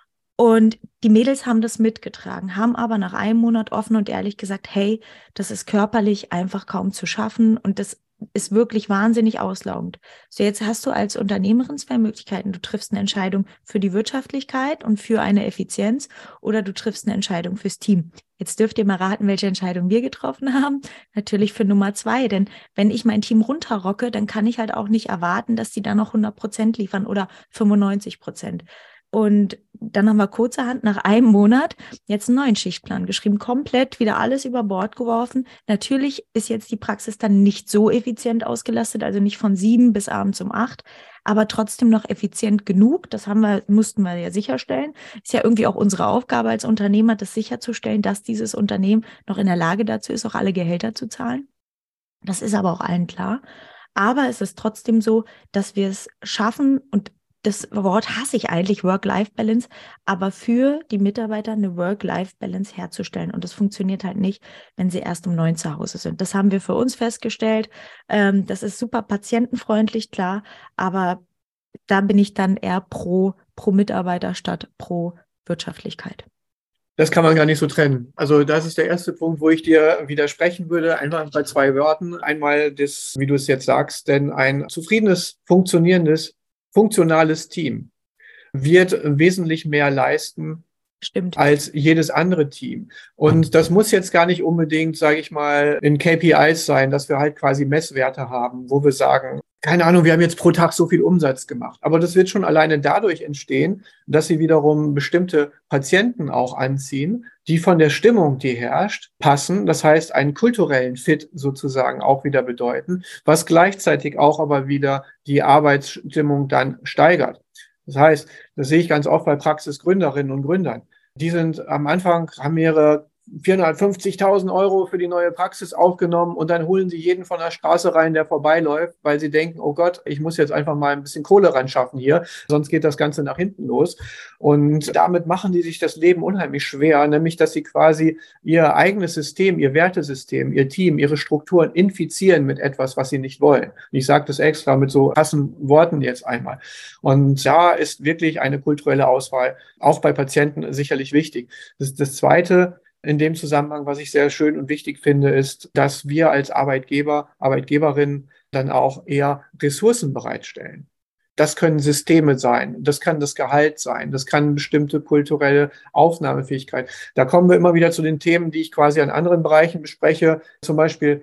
Und die Mädels haben das mitgetragen, haben aber nach einem Monat offen und ehrlich gesagt, hey, das ist körperlich einfach kaum zu schaffen und das ist wirklich wahnsinnig auslaugend. So, jetzt hast du als Unternehmerin zwei Möglichkeiten. Du triffst eine Entscheidung für die Wirtschaftlichkeit und für eine Effizienz oder du triffst eine Entscheidung fürs Team. Jetzt dürft ihr mal raten, welche Entscheidung wir getroffen haben. Natürlich für Nummer zwei, denn wenn ich mein Team runterrocke, dann kann ich halt auch nicht erwarten, dass die da noch hundert Prozent liefern oder fünfundneunzig Prozent. Und dann haben wir kurzerhand nach einem Monat jetzt einen neuen Schichtplan geschrieben, komplett wieder alles über Bord geworfen. Natürlich ist jetzt die Praxis dann nicht so effizient ausgelastet, also nicht von sieben bis abends um acht, aber trotzdem noch effizient genug. Das haben wir, mussten wir ja sicherstellen. Ist ja irgendwie auch unsere Aufgabe als Unternehmer, das sicherzustellen, dass dieses Unternehmen noch in der Lage dazu ist, auch alle Gehälter zu zahlen. Das ist aber auch allen klar. Aber es ist trotzdem so, dass wir es schaffen und das Wort hasse ich eigentlich, Work-Life-Balance, aber für die Mitarbeiter eine Work-Life-Balance herzustellen. Und das funktioniert halt nicht, wenn sie erst um neun zu Hause sind. Das haben wir für uns festgestellt. Ähm, das ist super patientenfreundlich, klar, aber da bin ich dann eher pro, pro Mitarbeiter statt pro Wirtschaftlichkeit. Das kann man gar nicht so trennen. Also das ist der erste Punkt, wo ich dir widersprechen würde, einfach bei zwei Wörtern. Einmal das, wie du es jetzt sagst, denn ein zufriedenes, funktionierendes, funktionales Team wird wesentlich mehr leisten, Stimmt, als jedes andere Team. Und das muss jetzt gar nicht unbedingt, sage ich mal, in K P Is sein, dass wir halt quasi Messwerte haben, wo wir sagen, keine Ahnung, wir haben jetzt pro Tag so viel Umsatz gemacht. Aber das wird schon alleine dadurch entstehen, dass sie wiederum bestimmte Patienten auch anziehen, die von der Stimmung, die herrscht, passen. Das heißt, einen kulturellen Fit sozusagen auch wieder bedeuten, was gleichzeitig auch aber wieder die Arbeitsstimmung dann steigert. Das heißt, das sehe ich ganz oft bei Praxisgründerinnen und Gründern. Die sind am Anfang, haben ihre vierhundertfünfzigtausend Euro für die neue Praxis aufgenommen und dann holen sie jeden von der Straße rein, der vorbeiläuft, weil sie denken, oh Gott, ich muss jetzt einfach mal ein bisschen Kohle ran schaffen hier, sonst geht das Ganze nach hinten los. Und damit machen die sich das Leben unheimlich schwer, nämlich dass sie quasi ihr eigenes System, ihr Wertesystem, ihr Team, ihre Strukturen infizieren mit etwas, was sie nicht wollen. Ich sage das extra mit so krassen Worten jetzt einmal. Und da ist wirklich eine kulturelle Auswahl auch bei Patienten sicherlich wichtig. Das, das Zweite, in dem Zusammenhang, was ich sehr schön und wichtig finde, ist, dass wir als Arbeitgeber, Arbeitgeberinnen dann auch eher Ressourcen bereitstellen. Das können Systeme sein, das kann das Gehalt sein, das kann bestimmte kulturelle Aufnahmefähigkeit. Da kommen wir immer wieder zu den Themen, die ich quasi an anderen Bereichen bespreche, zum Beispiel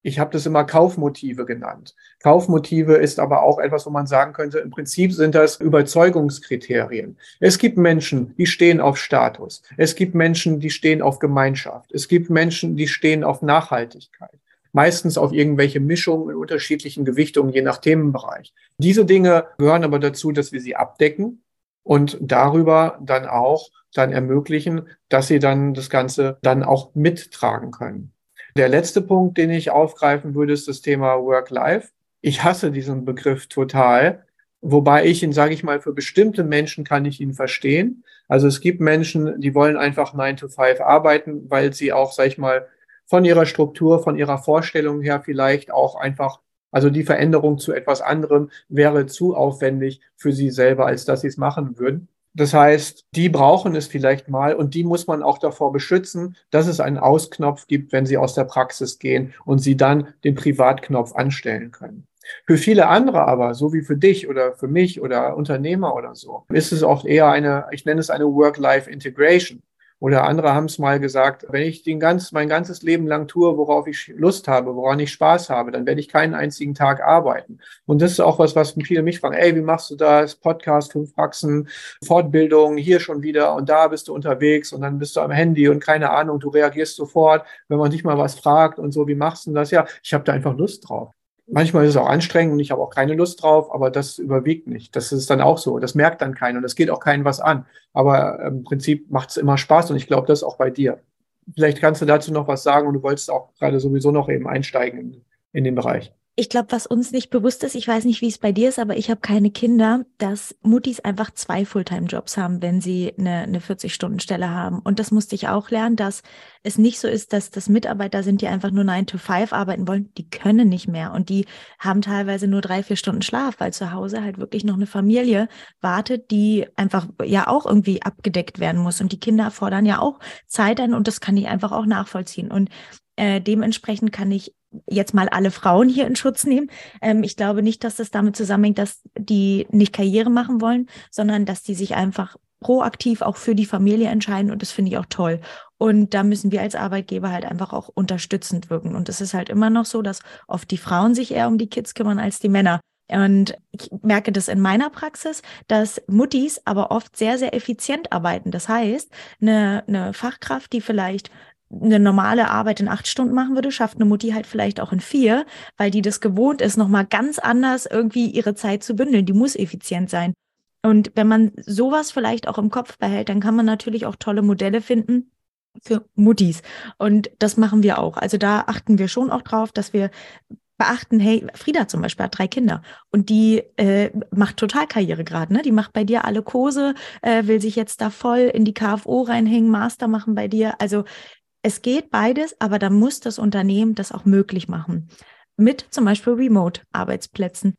Ich habe das immer Kaufmotive genannt. Kaufmotive ist aber auch etwas, wo man sagen könnte, im Prinzip sind das Überzeugungskriterien. Es gibt Menschen, die stehen auf Status. Es gibt Menschen, die stehen auf Gemeinschaft. Es gibt Menschen, die stehen auf Nachhaltigkeit. Meistens auf irgendwelche Mischungen in unterschiedlichen Gewichtungen, je nach Themenbereich. Diese Dinge gehören aber dazu, dass wir sie abdecken und darüber dann auch dann ermöglichen, dass sie dann das Ganze dann auch mittragen können. Der letzte Punkt, den ich aufgreifen würde, ist das Thema Work-Life. Ich hasse diesen Begriff total, wobei ich ihn, sage ich mal, für bestimmte Menschen kann ich ihn verstehen. Also es gibt Menschen, die wollen einfach nine to five arbeiten, weil sie auch, sage ich mal, von ihrer Struktur, von ihrer Vorstellung her vielleicht auch einfach, also die Veränderung zu etwas anderem wäre zu aufwendig für sie selber, als dass sie es machen würden. Das heißt, die brauchen es vielleicht mal und die muss man auch davor beschützen, dass es einen Ausknopf gibt, wenn sie aus der Praxis gehen und sie dann den Privatknopf anstellen können. Für viele andere aber, so wie für dich oder für mich oder Unternehmer oder so, ist es auch eher eine, ich nenne es eine Work-Life-Integration. Oder andere haben es mal gesagt, wenn ich den ganz, mein ganzes Leben lang tue, worauf ich Lust habe, woran ich Spaß habe, dann werde ich keinen einzigen Tag arbeiten. Und das ist auch was, was viele mich fragen, ey, wie machst du das? Podcast, fünf Praxen, Fortbildung, hier schon wieder und da bist du unterwegs und dann bist du am Handy und keine Ahnung, du reagierst sofort, wenn man dich mal was fragt und so, wie machst du das? Ja, ich habe da einfach Lust drauf. Manchmal ist es auch anstrengend und ich habe auch keine Lust drauf, aber das überwiegt nicht. Das ist dann auch so. Das merkt dann keiner und das geht auch keinem was an. Aber im Prinzip macht es immer Spaß und ich glaube, das ist auch bei dir. Vielleicht kannst du dazu noch was sagen und du wolltest auch gerade sowieso noch eben einsteigen in, in den Bereich. Ich glaube, was uns nicht bewusst ist, ich weiß nicht, wie es bei dir ist, aber ich habe keine Kinder, dass Muttis einfach zwei Fulltime-Jobs haben, wenn sie eine, eine vierzig-Stunden-Stelle haben. Und das musste ich auch lernen, dass es nicht so ist, dass das Mitarbeiter sind, die einfach nur nine to five arbeiten wollen. Die können nicht mehr und die haben teilweise nur drei, vier Stunden Schlaf, weil zu Hause halt wirklich noch eine Familie wartet, die einfach ja auch irgendwie abgedeckt werden muss. Und die Kinder fordern ja auch Zeit ein und das kann ich einfach auch nachvollziehen. Und äh, dementsprechend kann ich jetzt mal alle Frauen hier in Schutz nehmen. Ähm, ich glaube nicht, dass das damit zusammenhängt, dass die nicht Karriere machen wollen, sondern dass die sich einfach proaktiv auch für die Familie entscheiden und das finde ich auch toll. Und da müssen wir als Arbeitgeber halt einfach auch unterstützend wirken. Und es ist halt immer noch so, dass oft die Frauen sich eher um die Kids kümmern als die Männer. Und ich merke das in meiner Praxis, dass Muttis aber oft sehr, sehr effizient arbeiten. Das heißt, eine, eine Fachkraft, die vielleicht eine normale Arbeit in acht Stunden machen würde, schafft eine Mutti halt vielleicht auch in vier, weil die das gewohnt ist, nochmal ganz anders irgendwie ihre Zeit zu bündeln. Die muss effizient sein. Und wenn man sowas vielleicht auch im Kopf behält, dann kann man natürlich auch tolle Modelle finden für Muttis. Und das machen wir auch. Also da achten wir schon auch drauf, dass wir beachten, hey, Frieda zum Beispiel hat drei Kinder und die äh, macht total Karriere gerade, ne? Die macht bei dir alle Kurse, äh, will sich jetzt da voll in die K F O reinhängen, Master machen bei dir. Also es geht beides, aber da muss das Unternehmen das auch möglich machen. Mit zum Beispiel Remote-Arbeitsplätzen.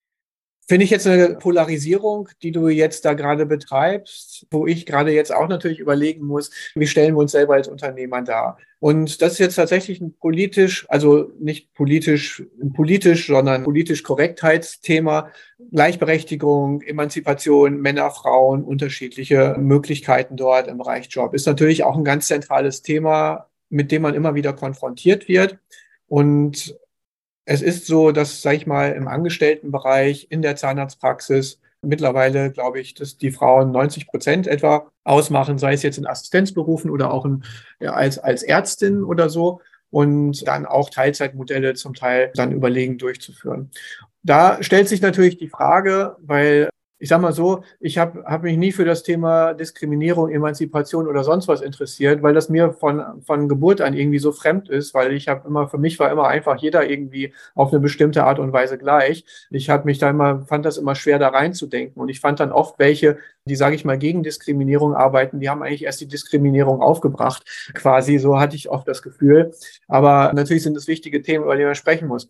Finde ich jetzt eine Polarisierung, die du jetzt da gerade betreibst, wo ich gerade jetzt auch natürlich überlegen muss, wie stellen wir uns selber als Unternehmer dar? Und das ist jetzt tatsächlich ein politisch, also nicht politisch, politisch, sondern politisch Korrektheitsthema. Gleichberechtigung, Emanzipation, Männer, Frauen, unterschiedliche Möglichkeiten dort im Bereich Job. Ist natürlich auch ein ganz zentrales Thema, mit dem man immer wieder konfrontiert wird. Und es ist so, dass, sag ich mal, im Angestelltenbereich in der Zahnarztpraxis mittlerweile, glaube ich, dass die Frauen neunzig Prozent etwa ausmachen, sei es jetzt in Assistenzberufen oder auch in, ja, als, als Ärztin oder so. Und dann auch Teilzeitmodelle zum Teil dann überlegen durchzuführen. Da stellt sich natürlich die Frage, weil ich sage mal so, ich habe hab mich nie für das Thema Diskriminierung, Emanzipation oder sonst was interessiert, weil das mir von, von Geburt an irgendwie so fremd ist, weil ich habe immer, für mich war immer einfach jeder irgendwie auf eine bestimmte Art und Weise gleich. Ich habe mich da immer, fand das immer schwer da reinzudenken und ich fand dann oft welche, die, sage ich mal, gegen Diskriminierung arbeiten, die haben eigentlich erst die Diskriminierung aufgebracht, quasi, so hatte ich oft das Gefühl. Aber natürlich sind es wichtige Themen, über die man sprechen muss.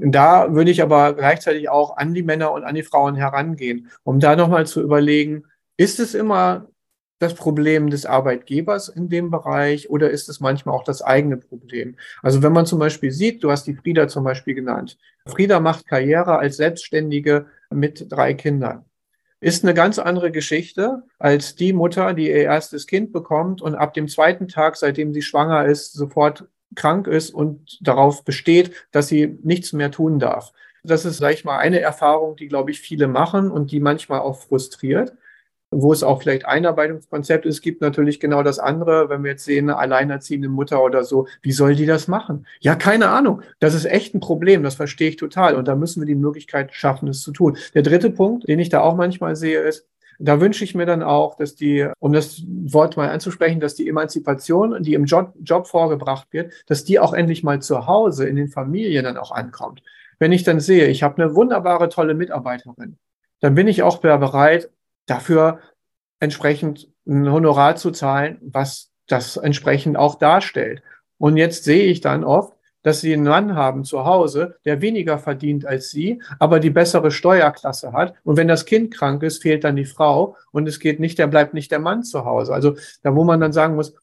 Da würde ich aber gleichzeitig auch an die Männer und an die Frauen herangehen, um da nochmal zu überlegen, ist es immer das Problem des Arbeitgebers in dem Bereich oder ist es manchmal auch das eigene Problem? Also wenn man zum Beispiel sieht, du hast die Frieda zum Beispiel genannt. Frieda macht Karriere als Selbstständige mit drei Kindern. Ist eine ganz andere Geschichte als die Mutter, die ihr erstes Kind bekommt und ab dem zweiten Tag, seitdem sie schwanger ist, sofort krank ist und darauf besteht, dass sie nichts mehr tun darf. Das ist, sage ich mal, eine Erfahrung, die, glaube ich, viele machen und die manchmal auch frustriert, wo es auch vielleicht Einarbeitungskonzept ist. Es gibt natürlich genau das andere, wenn wir jetzt sehen, eine alleinerziehende Mutter oder so, wie soll die das machen? Ja, keine Ahnung. Das ist echt ein Problem, das verstehe ich total. Und da müssen wir die Möglichkeit schaffen, es zu tun. Der dritte Punkt, den ich da auch manchmal sehe, ist, da wünsche ich mir dann auch, dass die, um das Wort mal anzusprechen, dass die Emanzipation, die im Job, Job vorgebracht wird, dass die auch endlich mal zu Hause in den Familien dann auch ankommt. Wenn ich dann sehe, ich habe eine wunderbare, tolle Mitarbeiterin, dann bin ich auch bereit, dafür entsprechend ein Honorar zu zahlen, was das entsprechend auch darstellt. Und jetzt sehe ich dann oft, dass sie einen Mann haben zu Hause, der weniger verdient als sie, aber die bessere Steuerklasse hat. Und wenn das Kind krank ist, fehlt dann die Frau und es geht nicht, der bleibt nicht der Mann zu Hause. Also da, wo man dann sagen muss,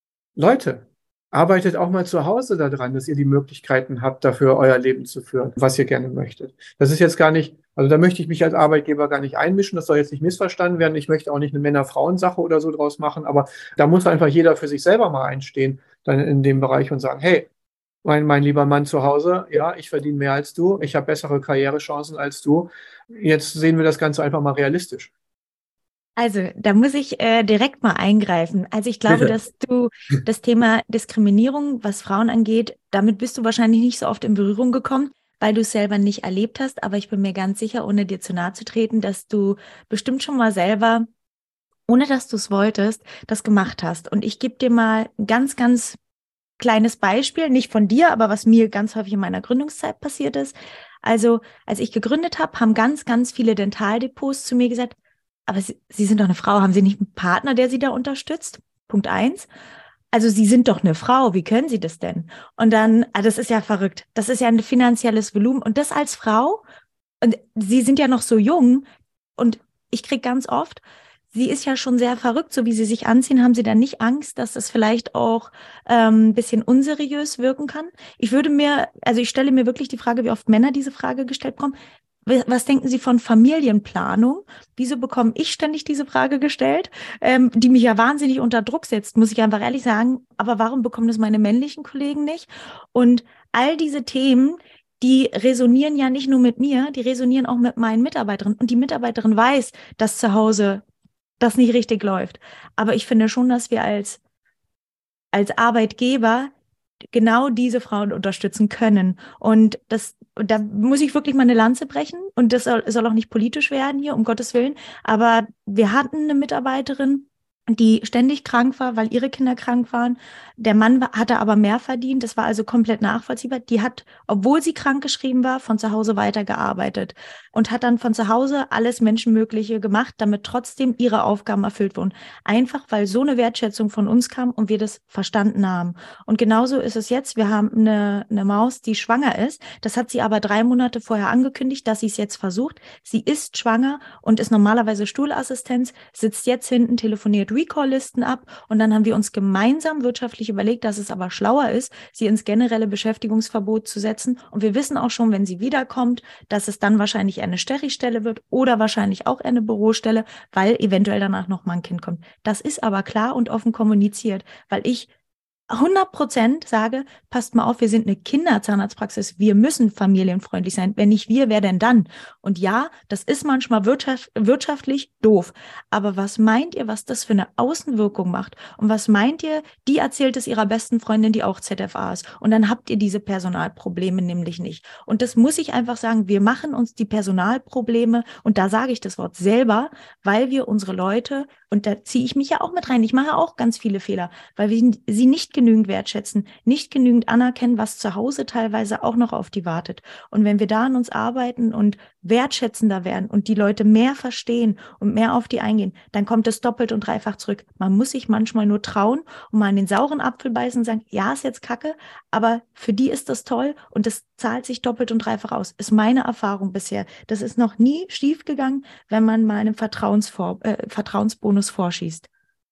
Leute, arbeitet auch mal zu Hause daran, dass ihr die Möglichkeiten habt, dafür euer Leben zu führen, was ihr gerne möchtet. Das ist jetzt gar nicht, also da möchte ich mich als Arbeitgeber gar nicht einmischen, das soll jetzt nicht missverstanden werden. Ich möchte auch nicht eine Männer-Frauen-Sache oder so draus machen, aber da muss einfach jeder für sich selber mal einstehen, dann in dem Bereich und sagen, hey, Mein, mein lieber Mann zu Hause, ja, ich verdiene mehr als du, ich habe bessere Karrierechancen als du. Jetzt sehen wir das Ganze einfach mal realistisch. Also, da muss ich äh, direkt mal eingreifen. Also ich glaube, Bitte. dass du das Thema Diskriminierung, was Frauen angeht, damit bist du wahrscheinlich nicht so oft in Berührung gekommen, weil du es selber nicht erlebt hast. Aber ich bin mir ganz sicher, ohne dir zu nahe zu treten, dass du bestimmt schon mal selber, ohne dass du es wolltest, das gemacht hast. Und ich gebe dir mal ein ganz, ganz kleines Beispiel, nicht von dir, aber was mir ganz häufig in meiner Gründungszeit passiert ist. Also, als ich gegründet habe, haben ganz, ganz viele Dentaldepots zu mir gesagt, aber Sie, Sie sind doch eine Frau, haben Sie nicht einen Partner, der Sie da unterstützt? Punkt eins. Also Sie sind doch eine Frau, wie können Sie das denn? Und dann, ah, das ist ja verrückt, das ist ja ein finanzielles Volumen und das als Frau, und Sie sind ja noch so jung und ich kriege ganz oft, sie ist ja schon sehr verrückt, so wie sie sich anziehen, haben Sie dann nicht Angst, dass das vielleicht auch ähm, ein bisschen unseriös wirken kann? Ich würde mir, also ich stelle mir wirklich die Frage, wie oft Männer diese Frage gestellt bekommen. Was denken Sie von Familienplanung? Wieso bekomme ich ständig diese Frage gestellt, ähm, die mich ja wahnsinnig unter Druck setzt, muss ich einfach ehrlich sagen. Aber warum bekommen das meine männlichen Kollegen nicht? Und all diese Themen, die resonieren ja nicht nur mit mir, die resonieren auch mit meinen Mitarbeiterinnen. Und die Mitarbeiterin weiß, dass zu Hause das nicht richtig läuft. Aber ich finde schon, dass wir als, als Arbeitgeber genau diese Frauen unterstützen können. Und das, da muss ich wirklich mal eine Lanze brechen. Und das soll, soll auch nicht politisch werden hier, um Gottes Willen. Aber wir hatten eine Mitarbeiterin, die ständig krank war, weil ihre Kinder krank waren. Der Mann war, hatte aber mehr verdient. Das war also komplett nachvollziehbar. Die hat, obwohl sie krankgeschrieben war, von zu Hause weitergearbeitet und hat dann von zu Hause alles Menschenmögliche gemacht, damit trotzdem ihre Aufgaben erfüllt wurden. Einfach, weil so eine Wertschätzung von uns kam und wir das verstanden haben. Und genauso ist es jetzt. Wir haben eine, eine Maus, die schwanger ist. Das hat sie aber drei Monate vorher angekündigt, dass sie es jetzt versucht. Sie ist schwanger und ist normalerweise Stuhlassistenz, sitzt jetzt hinten, telefoniert Recall-Listen ab und dann haben wir uns gemeinsam wirtschaftlich überlegt, dass es aber schlauer ist, sie ins generelle Beschäftigungsverbot zu setzen. Und wir wissen auch schon, wenn sie wiederkommt, dass es dann wahrscheinlich eine Stericstelle wird oder wahrscheinlich auch eine Bürostelle, weil eventuell danach noch mal ein Kind kommt. Das ist aber klar und offen kommuniziert, weil ich hundert Prozent sage, passt mal auf, wir sind eine Kinderzahnarztpraxis, wir müssen familienfreundlich sein. Wenn nicht wir, wer denn dann? Und ja, das ist manchmal wirtschaft, wirtschaftlich doof. Aber was meint ihr, was das für eine Außenwirkung macht? Und was meint ihr, die erzählt es ihrer besten Freundin, die auch Z F A ist. Und dann habt ihr diese Personalprobleme nämlich nicht. Und das muss ich einfach sagen, wir machen uns die Personalprobleme, und da sage ich das Wort selber, weil wir unsere Leute, und da ziehe ich mich ja auch mit rein, ich mache auch ganz viele Fehler, weil wir sie nicht genügend wertschätzen, nicht genügend anerkennen, was zu Hause teilweise auch noch auf die wartet. Und wenn wir da an uns arbeiten und wertschätzender werden und die Leute mehr verstehen und mehr auf die eingehen, dann kommt es doppelt und dreifach zurück. Man muss sich manchmal nur trauen und mal in den sauren Apfel beißen und sagen, ja, ist jetzt Kacke, aber für die ist das toll und das zahlt sich doppelt und dreifach aus. Ist meine Erfahrung bisher. Das ist noch nie schief gegangen, wenn man mal einen Vertrauensvor- äh, Vertrauensbonus vorschießt.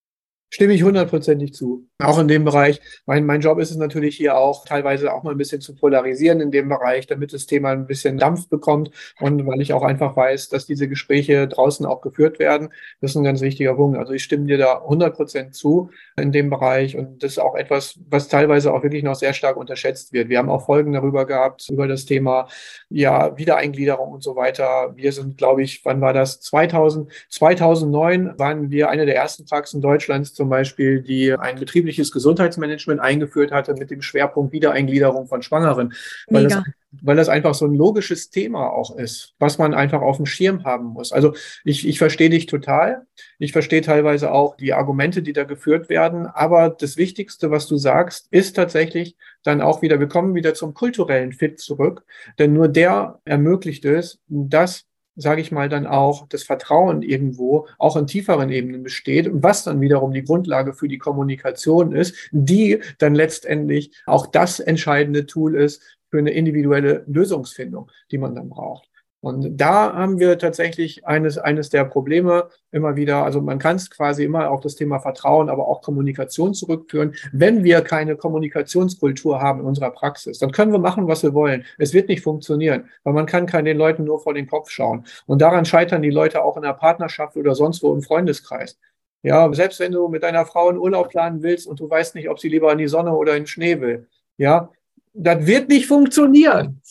Stimme ich hundertprozentig zu. Auch in dem Bereich. Mein, mein Job ist es natürlich hier auch teilweise auch mal ein bisschen zu polarisieren in dem Bereich, damit das Thema ein bisschen Dampf bekommt und weil ich auch einfach weiß, dass diese Gespräche draußen auch geführt werden. Das ist ein ganz wichtiger Punkt. Also ich stimme dir da hundert Prozent zu in dem Bereich und das ist auch etwas, was teilweise auch wirklich noch sehr stark unterschätzt wird. Wir haben auch Folgen darüber gehabt, über das Thema ja, Wiedereingliederung und so weiter. Wir sind, glaube ich, wann war das? zweitausend, zweitausendneun waren wir eine der ersten Praxen Deutschlands zum Beispiel, die ein betriebliches Gesundheitsmanagement eingeführt hatte mit dem Schwerpunkt Wiedereingliederung von Schwangeren, weil das, weil das einfach so ein logisches Thema auch ist, was man einfach auf dem Schirm haben muss. Also ich, ich verstehe dich total. Ich verstehe teilweise auch die Argumente, die da geführt werden. Aber das Wichtigste, was du sagst, ist tatsächlich dann auch wieder, wir kommen wieder zum kulturellen Fit zurück, denn nur der ermöglicht es, dass sage ich mal, dann auch das Vertrauen irgendwo auch in tieferen Ebenen besteht und was dann wiederum die Grundlage für die Kommunikation ist, die dann letztendlich auch das entscheidende Tool ist für eine individuelle Lösungsfindung, die man dann braucht. Und da haben wir tatsächlich eines, eines der Probleme immer wieder, also man kann es quasi immer auf das Thema Vertrauen, aber auch Kommunikation zurückführen. Wenn wir keine Kommunikationskultur haben in unserer Praxis, dann können wir machen, was wir wollen. Es wird nicht funktionieren, weil man kann, kann den Leuten nur vor den Kopf schauen. Und daran scheitern die Leute auch in der Partnerschaft oder sonst wo im Freundeskreis. Ja, selbst wenn du mit deiner Frau einen Urlaub planen willst und du weißt nicht, ob sie lieber in die Sonne oder in den Schnee will, ja, das wird nicht funktionieren.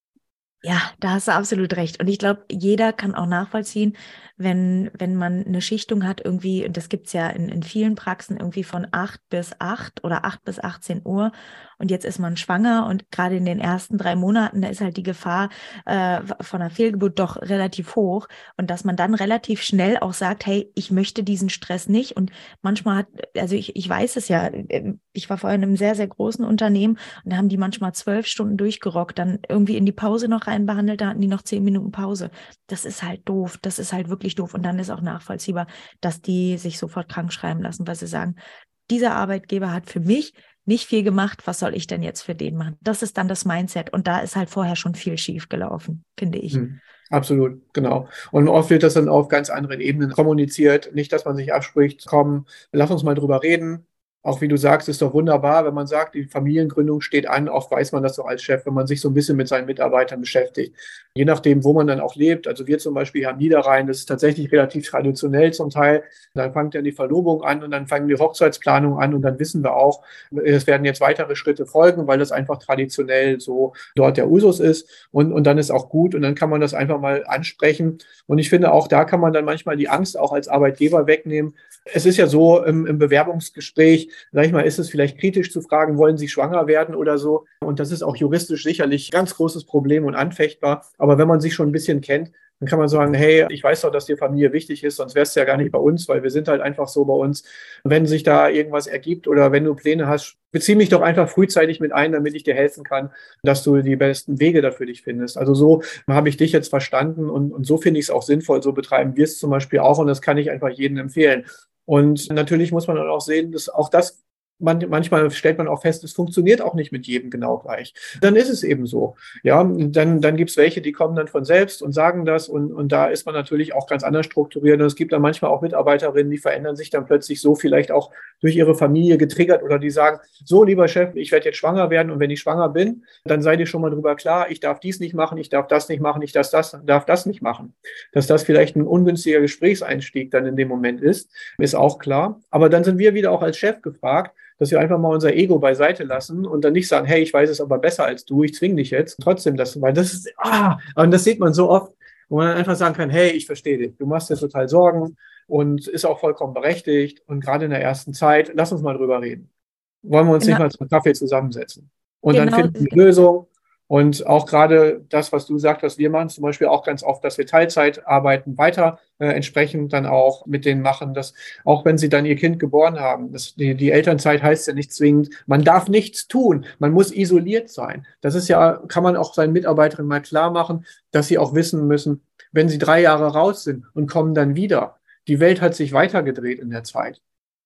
Ja, da hast du absolut recht. Und ich glaube, jeder kann auch nachvollziehen, wenn, wenn man eine Schichtung hat, irgendwie, und das gibt's ja in, in vielen Praxen irgendwie von acht bis acht oder acht bis achtzehn Uhr. Und jetzt ist man schwanger und gerade in den ersten drei Monaten, da ist halt die Gefahr äh, von einer Fehlgeburt doch relativ hoch. Und dass man dann relativ schnell auch sagt, hey, ich möchte diesen Stress nicht. Und manchmal hat, also ich, ich weiß es ja, ich war vorher in einem sehr, sehr großen Unternehmen und da haben die manchmal zwölf Stunden durchgerockt, dann irgendwie in die Pause noch rein behandelt, da hatten die noch zehn Minuten Pause. Das ist halt doof, das ist halt wirklich doof. Und dann ist auch nachvollziehbar, dass die sich sofort krank schreiben lassen, weil sie sagen, dieser Arbeitgeber hat für mich nicht viel gemacht, was soll ich denn jetzt für den machen? Das ist dann das Mindset und da ist halt vorher schon viel schief gelaufen, finde ich. Hm, absolut, genau. Und oft wird das dann auf ganz anderen Ebenen kommuniziert. Nicht, dass man sich abspricht, komm, lass uns mal drüber reden. Auch wie du sagst, ist doch wunderbar, wenn man sagt, die Familiengründung steht an. Oft weiß man das doch als Chef, wenn man sich so ein bisschen mit seinen Mitarbeitern beschäftigt. Je nachdem, wo man dann auch lebt. Also wir zum Beispiel hier am Niederrhein, das ist tatsächlich relativ traditionell zum Teil. Dann fängt ja die Verlobung an und dann fangen die Hochzeitsplanung an und dann wissen wir auch, es werden jetzt weitere Schritte folgen, weil das einfach traditionell so dort der Usus ist. Und, und dann ist auch gut und dann kann man das einfach mal ansprechen. Und ich finde, auch da kann man dann manchmal die Angst auch als Arbeitgeber wegnehmen. Es ist ja so im, im Bewerbungsgespräch, sag ich mal, ist es vielleicht kritisch zu fragen, wollen Sie schwanger werden oder so? Und das ist auch juristisch sicherlich ein ganz großes Problem und anfechtbar. Aber wenn man sich schon ein bisschen kennt, dann kann man sagen, hey, ich weiß doch, dass dir Familie wichtig ist, sonst wärst du ja gar nicht bei uns, weil wir sind halt einfach so bei uns. Wenn sich da irgendwas ergibt oder wenn du Pläne hast, bezieh mich doch einfach frühzeitig mit ein, damit ich dir helfen kann, dass du die besten Wege dafür dich findest. Also so habe ich dich jetzt verstanden und, und so finde ich es auch sinnvoll. So betreiben wir es zum Beispiel auch und das kann ich einfach jedem empfehlen. Und natürlich muss man dann auch sehen, dass auch das, man, manchmal stellt man auch fest, es funktioniert auch nicht mit jedem genau gleich. Dann ist es eben so. Ja, dann, dann gibt es welche, die kommen dann von selbst und sagen das und, und da ist man natürlich auch ganz anders strukturiert. Und es gibt dann manchmal auch Mitarbeiterinnen, die verändern sich dann plötzlich so, vielleicht auch durch ihre Familie getriggert oder die sagen, so lieber Chef, ich werde jetzt schwanger werden und wenn ich schwanger bin, dann seid ihr schon mal drüber klar, ich darf dies nicht machen, ich darf das nicht machen, ich darf das, darf das nicht machen. Dass das vielleicht ein ungünstiger Gesprächseinstieg dann in dem Moment ist, ist auch klar. Aber dann sind wir wieder auch als Chef gefragt, dass wir einfach mal unser Ego beiseite lassen und dann nicht sagen, hey, ich weiß es aber besser als du, ich zwinge dich jetzt. Trotzdem das, weil das ist, ah, und das sieht man so oft, wo man dann einfach sagen kann, hey, ich verstehe dich, du machst dir total Sorgen und ist auch vollkommen berechtigt und gerade in der ersten Zeit, lass uns mal drüber reden. Wollen wir uns genau. nicht mal zum Kaffee zusammensetzen? Und genau. dann finden wir eine Lösung. Und auch gerade das, was du sagst, was wir machen, zum Beispiel auch ganz oft, dass wir Teilzeit arbeiten, weiter äh, entsprechend dann auch mit denen machen, dass auch wenn sie dann ihr Kind geboren haben, das, die, die Elternzeit heißt ja nicht zwingend, man darf nichts tun, man muss isoliert sein. Das ist ja, kann man auch seinen Mitarbeiterinnen mal klar machen, dass sie auch wissen müssen, wenn sie drei Jahre raus sind und kommen dann wieder, die Welt hat sich weitergedreht in der Zeit.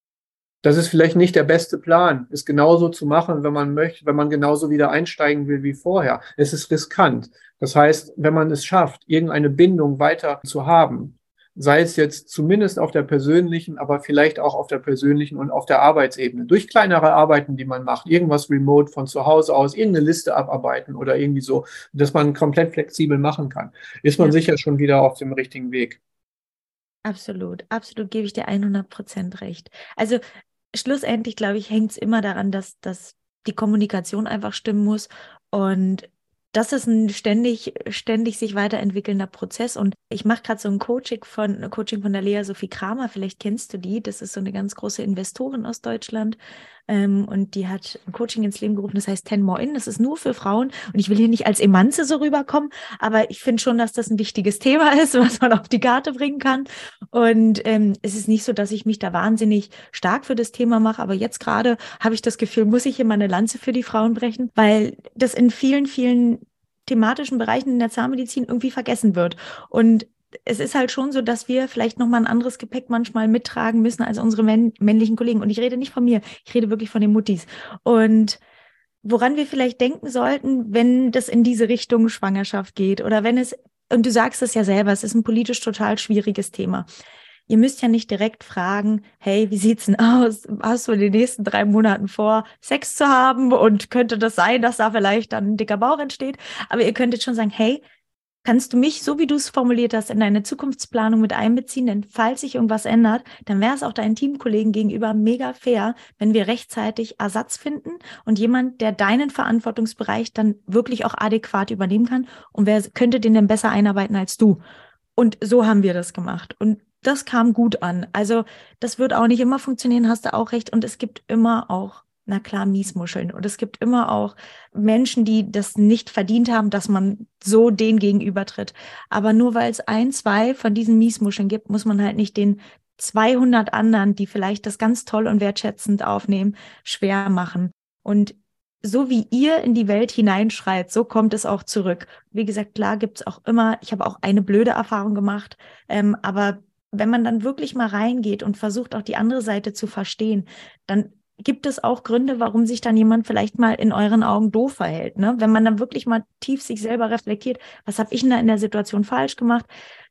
Das ist vielleicht nicht der beste Plan, ist genauso zu machen, wenn man möchte, wenn man genauso wieder einsteigen will wie vorher. Es ist riskant. Das heißt, wenn man es schafft, irgendeine Bindung weiter zu haben, sei es jetzt zumindest auf der persönlichen, aber vielleicht auch auf der persönlichen und auf der Arbeitsebene. Durch kleinere Arbeiten, die man macht, irgendwas remote von zu Hause aus, irgendeine Liste abarbeiten oder irgendwie so, dass man komplett flexibel machen kann, ist man ja sicher schon wieder auf dem richtigen Weg. Absolut, absolut gebe ich dir hundert Prozent recht. Also schlussendlich, glaube ich, hängt es immer daran, dass, dass die Kommunikation einfach stimmen muss und das ist ein ständig, ständig sich weiterentwickelnder Prozess. Und ich mache gerade so ein Coaching von, Coaching von der Lea Sophie Kramer. Vielleicht kennst du die. Das ist so eine ganz große Investorin aus Deutschland. Ähm, und die hat ein Coaching ins Leben gerufen, das heißt ten more in. Das ist nur für Frauen. Und ich will hier nicht als Emanze so rüberkommen, aber ich finde schon, dass das ein wichtiges Thema ist, was man auf die Karte bringen kann. Und ähm, es ist nicht so, dass ich mich da wahnsinnig stark für das Thema mache. Aber jetzt gerade habe ich das Gefühl, muss ich hier mal eine Lanze für die Frauen brechen, weil das in vielen, vielen thematischen Bereichen in der Zahnmedizin irgendwie vergessen wird. Und es ist halt schon so, dass wir vielleicht nochmal ein anderes Gepäck manchmal mittragen müssen als unsere männ- männlichen Kollegen. Und ich rede nicht von mir, ich rede wirklich von den Muttis. Und woran wir vielleicht denken sollten, wenn das in diese Richtung Schwangerschaft geht oder wenn es, und du sagst es ja selber, es ist ein politisch total schwieriges Thema. Ihr müsst ja nicht direkt fragen, hey, wie sieht's denn aus? Hast du in den nächsten drei Monaten vor, Sex zu haben? Und könnte das sein, dass da vielleicht dann ein dicker Bauch entsteht? Aber ihr könntet schon sagen, hey, kannst du mich, so wie du es formuliert hast, in deine Zukunftsplanung mit einbeziehen? Denn falls sich irgendwas ändert, dann wäre es auch deinen Teamkollegen gegenüber mega fair, wenn wir rechtzeitig Ersatz finden und jemand, der deinen Verantwortungsbereich dann wirklich auch adäquat übernehmen kann. Und wer könnte den denn besser einarbeiten als du? Und so haben wir das gemacht. Und das kam gut an. Also das wird auch nicht immer funktionieren, hast du auch recht. Und es gibt immer auch, na klar, Miesmuscheln. Und es gibt immer auch Menschen, die das nicht verdient haben, dass man so denen gegenübertritt. Aber nur weil es ein, zwei von diesen Miesmuscheln gibt, muss man halt nicht den zweihundert anderen, die vielleicht das ganz toll und wertschätzend aufnehmen, schwer machen. Und so wie ihr in die Welt hineinschreit, so kommt es auch zurück. Wie gesagt, klar gibt es auch immer, ich habe auch eine blöde Erfahrung gemacht, ähm, aber wenn man dann wirklich mal reingeht und versucht, auch die andere Seite zu verstehen, dann gibt es auch Gründe, warum sich dann jemand vielleicht mal in euren Augen doof verhält. Ne? Wenn man dann wirklich mal tief sich selber reflektiert, was habe ich denn da in der Situation falsch gemacht?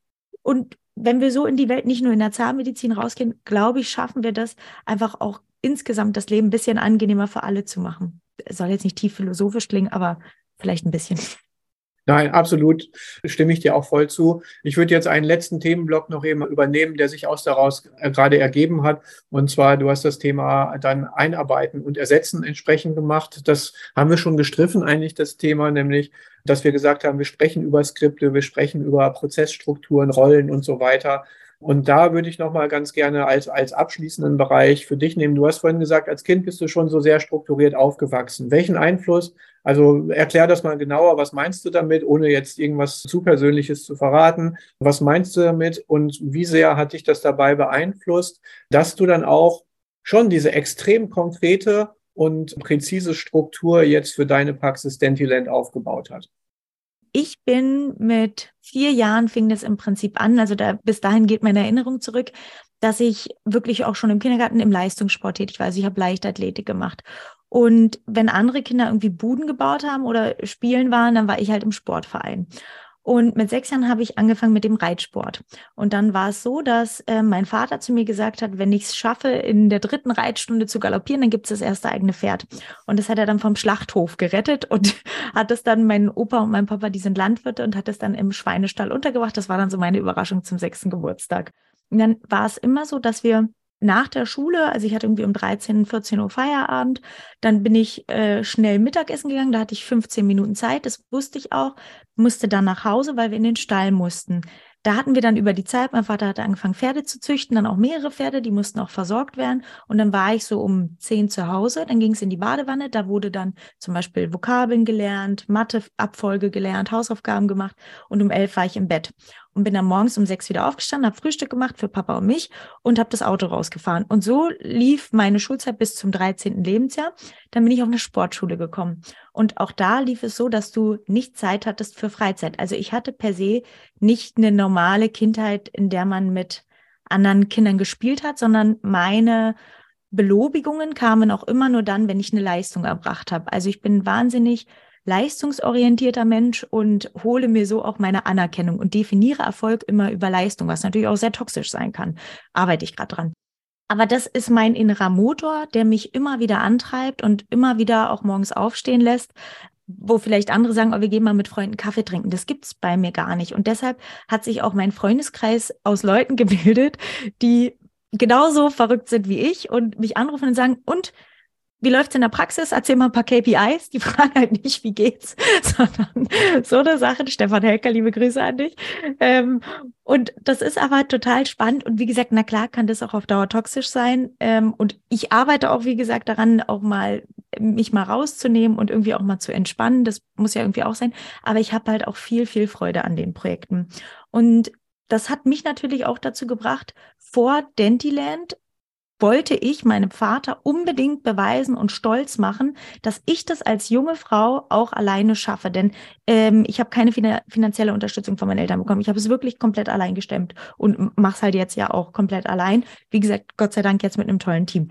Und wenn wir so in die Welt, nicht nur in der Zahnmedizin rausgehen, glaube ich, schaffen wir das, einfach auch insgesamt das Leben ein bisschen angenehmer für alle zu machen. Soll jetzt nicht tief philosophisch klingen, aber vielleicht ein bisschen. Nein, absolut, stimme ich dir auch voll zu. Ich würde jetzt einen letzten Themenblock noch eben übernehmen, der sich aus daraus gerade ergeben hat. Und zwar, du hast das Thema dann Einarbeiten und Ersetzen entsprechend gemacht. Das haben wir schon gestriffen eigentlich, das Thema, nämlich, dass wir gesagt haben, wir sprechen über Skripte, wir sprechen über Prozessstrukturen, Rollen und so weiter. Und da würde ich nochmal ganz gerne als, als abschließenden Bereich für dich nehmen. Du hast vorhin gesagt, als Kind bist du schon so sehr strukturiert aufgewachsen. Welchen Einfluss, also erklär das mal genauer, was meinst du damit, ohne jetzt irgendwas zu Persönliches zu verraten? Was meinst du damit und wie sehr hat dich das dabei beeinflusst, dass du dann auch schon diese extrem konkrete und präzise Struktur jetzt für deine Praxis Dentiland aufgebaut hast? Ich bin mit vier Jahren, fing das im Prinzip an, also da, bis dahin geht meine Erinnerung zurück, dass ich wirklich auch schon im Kindergarten im Leistungssport tätig war. Also ich habe Leichtathletik gemacht. Und wenn andere Kinder irgendwie Buden gebaut haben oder spielen waren, dann war ich halt im Sportverein. Und mit sechs Jahren habe ich angefangen mit dem Reitsport. Und dann war es so, dass äh, mein Vater zu mir gesagt hat, wenn ich es schaffe, in der dritten Reitstunde zu galoppieren, dann gibt es das erste eigene Pferd. Und das hat er dann vom Schlachthof gerettet und hat es dann, mein Opa und mein Papa, die sind Landwirte, und hat es dann im Schweinestall untergebracht. Das war dann so meine Überraschung zum sechsten Geburtstag. Und dann war es immer so, dass wir nach der Schule, also ich hatte irgendwie um dreizehn, vierzehn Uhr Feierabend, dann bin ich äh, schnell Mittagessen gegangen, da hatte ich fünfzehn Minuten Zeit, das wusste ich auch, musste dann nach Hause, weil wir in den Stall mussten. Da hatten wir dann über die Zeit, mein Vater hatte angefangen, Pferde zu züchten, dann auch mehrere Pferde, die mussten auch versorgt werden. Und dann war ich so um zehn zu Hause, dann ging es in die Badewanne, da wurde dann zum Beispiel Vokabeln gelernt, Matheabfolge gelernt, Hausaufgaben gemacht, und um elf war ich im Bett. Und bin dann morgens um sechs wieder aufgestanden, habe Frühstück gemacht für Papa und mich und habe das Auto rausgefahren. Und so lief meine Schulzeit bis zum dreizehnten Lebensjahr. Dann bin ich auf eine Sportschule gekommen. Und auch da lief es so, dass du nicht Zeit hattest für Freizeit. Also ich hatte per se nicht eine normale Kindheit, in der man mit anderen Kindern gespielt hat, sondern meine Belobigungen kamen auch immer nur dann, wenn ich eine Leistung erbracht habe. Also ich bin wahnsinnig leistungsorientierter Mensch und hole mir so auch meine Anerkennung und definiere Erfolg immer über Leistung, was natürlich auch sehr toxisch sein kann. Arbeite ich gerade dran. Aber das ist mein innerer Motor, der mich immer wieder antreibt und immer wieder auch morgens aufstehen lässt, wo vielleicht andere sagen, oh, wir gehen mal mit Freunden Kaffee trinken. Das gibt's bei mir gar nicht. Und deshalb hat sich auch mein Freundeskreis aus Leuten gebildet, die genauso verrückt sind wie ich und mich anrufen und sagen, und wie läuft's in der Praxis? Erzähl mal ein paar K P Is. Die fragen halt nicht, wie geht's, sondern so eine Sache. Stefan Helker, liebe Grüße an dich. Ähm, und das ist aber total spannend. Und wie gesagt, na klar kann das auch auf Dauer toxisch sein. Ähm, und ich arbeite auch, wie gesagt, daran, auch mal mich mal rauszunehmen und irgendwie auch mal zu entspannen. Das muss ja irgendwie auch sein. Aber ich habe halt auch viel, viel Freude an den Projekten. Und das hat mich natürlich auch dazu gebracht, vor Dentiland wollte ich meinem Vater unbedingt beweisen und stolz machen, dass ich das als junge Frau auch alleine schaffe. Denn ähm, ich habe keine fin- finanzielle Unterstützung von meinen Eltern bekommen. Ich habe es wirklich komplett allein gestemmt und mache es halt jetzt ja auch komplett allein. Wie gesagt, Gott sei Dank jetzt mit einem tollen Team.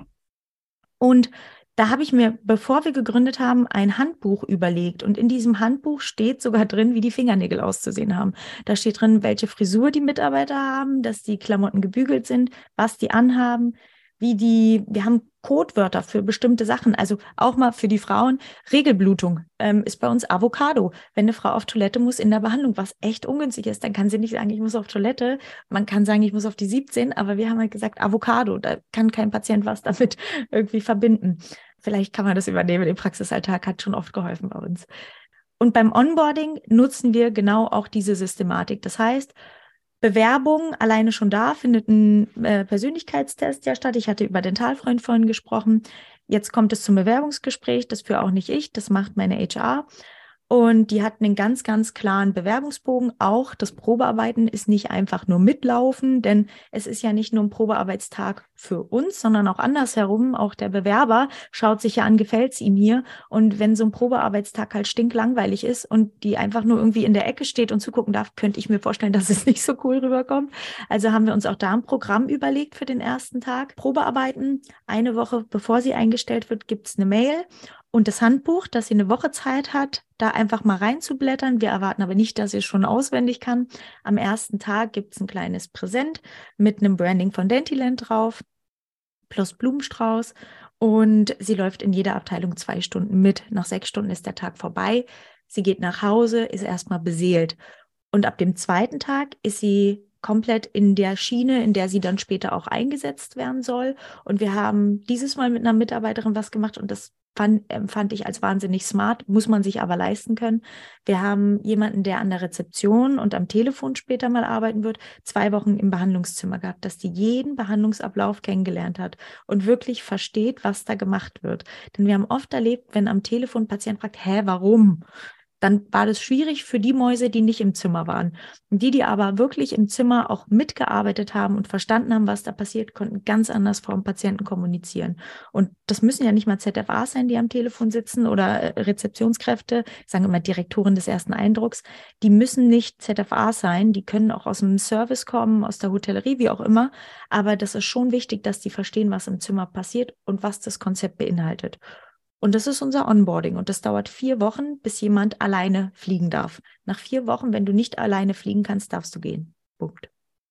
Und da habe ich mir, bevor wir gegründet haben, ein Handbuch überlegt. Und in diesem Handbuch steht sogar drin, wie die Fingernägel auszusehen haben. Da steht drin, welche Frisur die Mitarbeiter haben, dass die Klamotten gebügelt sind, was die anhaben, wie die, wir haben Codewörter für bestimmte Sachen, also auch mal für die Frauen. Regelblutung ähm, ist bei uns Avocado. Wenn eine Frau auf Toilette muss in der Behandlung, was echt ungünstig ist, dann kann sie nicht sagen, ich muss auf Toilette. Man kann sagen, ich muss auf die siebzehn, aber wir haben halt gesagt Avocado. Da kann kein Patient was damit irgendwie verbinden. Vielleicht kann man das übernehmen. Der Praxisalltag hat schon oft geholfen bei uns. Und beim Onboarding nutzen wir genau auch diese Systematik. Das heißt, Bewerbung alleine schon da findet ein äh, Persönlichkeitstest ja statt. Ich hatte über Dentalfreund vorhin gesprochen. Jetzt kommt es zum Bewerbungsgespräch. Das führe auch nicht ich, das macht meine H R. Und die hatten einen ganz, ganz klaren Bewerbungsbogen. Auch das Probearbeiten ist nicht einfach nur mitlaufen, denn es ist ja nicht nur ein Probearbeitstag für uns, sondern auch andersherum. Auch der Bewerber schaut sich ja an, gefällt es ihm hier. Und wenn so ein Probearbeitstag halt stinklangweilig ist und die einfach nur irgendwie in der Ecke steht und zugucken darf, könnte ich mir vorstellen, dass es nicht so cool rüberkommt. Also haben wir uns auch da ein Programm überlegt für den ersten Tag. Probearbeiten, eine Woche bevor sie eingestellt wird, gibt es eine Mail. Und das Handbuch, dass sie eine Woche Zeit hat, da einfach mal reinzublättern. Wir erwarten aber nicht, dass sie es schon auswendig kann. Am ersten Tag gibt es ein kleines Präsent mit einem Branding von Dentiland drauf, plus Blumenstrauß. Und sie läuft in jeder Abteilung zwei Stunden mit. Nach sechs Stunden ist der Tag vorbei. Sie geht nach Hause, ist erstmal beseelt. Und ab dem zweiten Tag ist sie komplett in der Schiene, in der sie dann später auch eingesetzt werden soll. Und wir haben dieses Mal mit einer Mitarbeiterin was gemacht und das fand, empfand ich als wahnsinnig smart, muss man sich aber leisten können. Wir haben jemanden, der an der Rezeption und am Telefon später mal arbeiten wird, zwei Wochen im Behandlungszimmer gehabt, dass die jeden Behandlungsablauf kennengelernt hat und wirklich versteht, was da gemacht wird. Denn wir haben oft erlebt, wenn am Telefon ein Patient fragt, hä, warum? Dann war das schwierig für die Mäuse, die nicht im Zimmer waren. Und die, die aber wirklich im Zimmer auch mitgearbeitet haben und verstanden haben, was da passiert, konnten ganz anders vor dem Patienten kommunizieren. Und das müssen ja nicht mal Z F As sein, die am Telefon sitzen oder Rezeptionskräfte, ich sage immer Direktoren des ersten Eindrucks, die müssen nicht Z F As sein, die können auch aus dem Service kommen, aus der Hotellerie, wie auch immer. Aber das ist schon wichtig, dass die verstehen, was im Zimmer passiert und was das Konzept beinhaltet. Und das ist unser Onboarding und das dauert vier Wochen, bis jemand alleine fliegen darf. Nach vier Wochen, wenn du nicht alleine fliegen kannst, darfst du gehen. Punkt.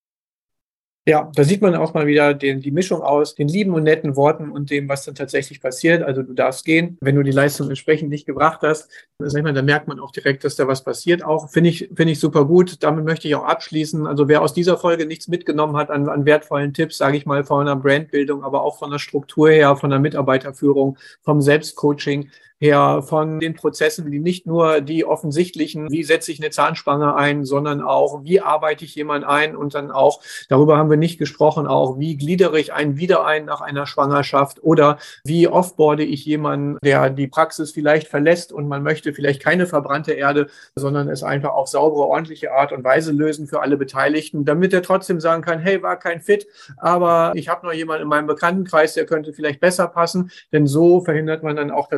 Ja, da sieht man auch mal wieder den, die Mischung aus den lieben und netten Worten und dem, was dann tatsächlich passiert. Also du darfst gehen, wenn du die Leistung entsprechend nicht gebracht hast. Sag ich mal, da merkt man auch direkt, dass da was passiert. Auch finde ich, finde ich super gut. Damit möchte ich auch abschließen. Also wer aus dieser Folge nichts mitgenommen hat an, an wertvollen Tipps, sage ich mal, von einer Brandbildung, aber auch von der Struktur her, von der Mitarbeiterführung, vom Selbstcoaching her, von den Prozessen, die nicht nur die offensichtlichen, wie setze ich eine Zahnspange ein, sondern auch, wie arbeite ich jemanden ein und dann auch, darüber haben wir nicht gesprochen, auch, wie gliedere ich einen wieder ein nach einer Schwangerschaft oder wie offboarde ich jemanden, der die Praxis vielleicht verlässt und man möchte vielleicht keine verbrannte Erde, sondern es einfach auf saubere, ordentliche Art und Weise lösen für alle Beteiligten, damit er trotzdem sagen kann, hey, war kein Fit, aber ich habe noch jemanden in meinem Bekanntenkreis, der könnte vielleicht besser passen, denn so verhindert man dann auch tatsächlich den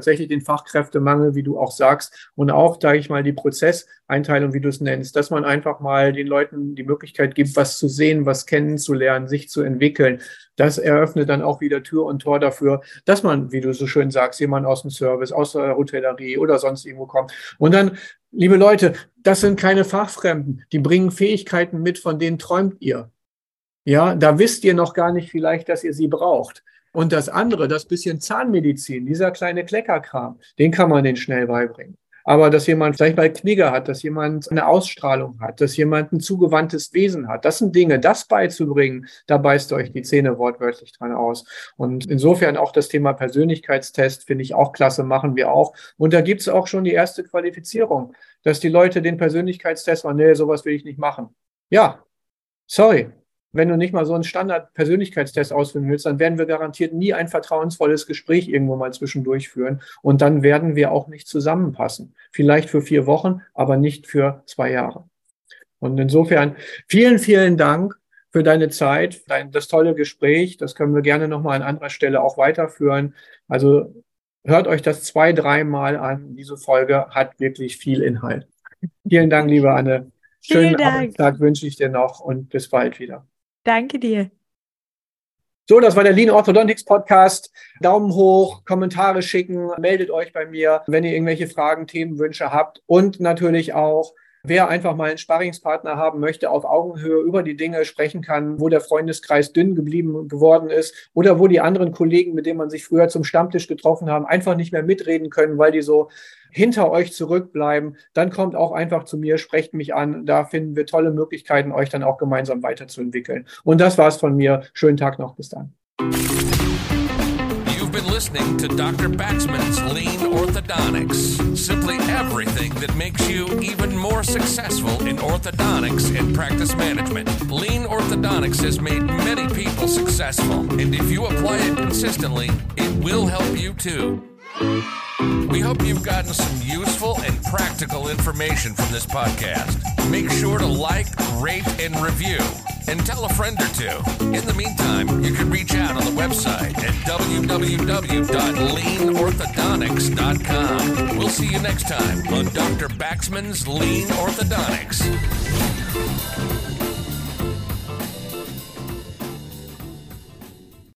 Fachkräftemangel, wie du auch sagst, und auch, sage ich mal, die Prozesseinteilung, wie du es nennst, dass man einfach mal den Leuten die Möglichkeit gibt, was zu sehen, was kennenzulernen, sich zu entwickeln. Das eröffnet dann auch wieder Tür und Tor dafür, dass man, wie du so schön sagst, jemand aus dem Service, aus der Hotellerie oder sonst irgendwo kommt. Und dann, liebe Leute, das sind keine Fachfremden, die bringen Fähigkeiten mit, von denen träumt ihr. Ja, da wisst ihr noch gar nicht vielleicht, dass ihr sie braucht. Und das andere, das bisschen Zahnmedizin, dieser kleine Kleckerkram, den kann man denen schnell beibringen. Aber dass jemand vielleicht mal Knigge hat, dass jemand eine Ausstrahlung hat, dass jemand ein zugewandtes Wesen hat, das sind Dinge, das beizubringen, da beißt euch die Zähne wortwörtlich dran aus. Und insofern auch das Thema Persönlichkeitstest finde ich auch klasse, machen wir auch. Und da gibt es auch schon die erste Qualifizierung, dass die Leute den Persönlichkeitstest machen, nee, sowas will ich nicht machen. Ja, sorry. Wenn du nicht mal so einen Standard-Persönlichkeitstest ausfüllen willst, dann werden wir garantiert nie ein vertrauensvolles Gespräch irgendwo mal zwischendurch führen. Und dann werden wir auch nicht zusammenpassen. Vielleicht für vier Wochen, aber nicht für zwei Jahre. Und insofern vielen, vielen Dank für deine Zeit, dein, das tolle Gespräch. Das können wir gerne nochmal an anderer Stelle auch weiterführen. Also hört euch das zwei, dreimal an. Diese Folge hat wirklich viel Inhalt. Vielen Dank, liebe Anne. Schönen Arbeitstag wünsche ich dir noch und bis bald wieder. Danke dir. So, das war der Lean Orthodontics Podcast. Daumen hoch, Kommentare schicken, meldet euch bei mir, wenn ihr irgendwelche Fragen, Themenwünsche habt. Und natürlich auch, wer einfach mal einen Sparringspartner haben möchte, auf Augenhöhe über die Dinge sprechen kann, wo der Freundeskreis dünn geblieben geworden ist oder wo die anderen Kollegen, mit denen man sich früher zum Stammtisch getroffen haben, einfach nicht mehr mitreden können, weil die so hinter euch zurückbleiben, dann kommt auch einfach zu mir, sprecht mich an. Da finden wir tolle Möglichkeiten, euch dann auch gemeinsam weiterzuentwickeln. Und das war's von mir. Schönen Tag noch. Bis dann. You've been listening to Doctor Baxman's Lean Orthodontics. Simply everything that makes you even more successful in orthodontics and practice management. Lean Orthodontics has made many people successful, and if you apply it consistently, it will help you too. We hope you've gotten some useful and practical information from this podcast. Make sure to like, rate, and review. And tell a friend or two. In the meantime, you can reach out on the website at w w w dot lean orthodontics dot com. We'll see you next time on Doctor Baxman's Lean Orthodontics.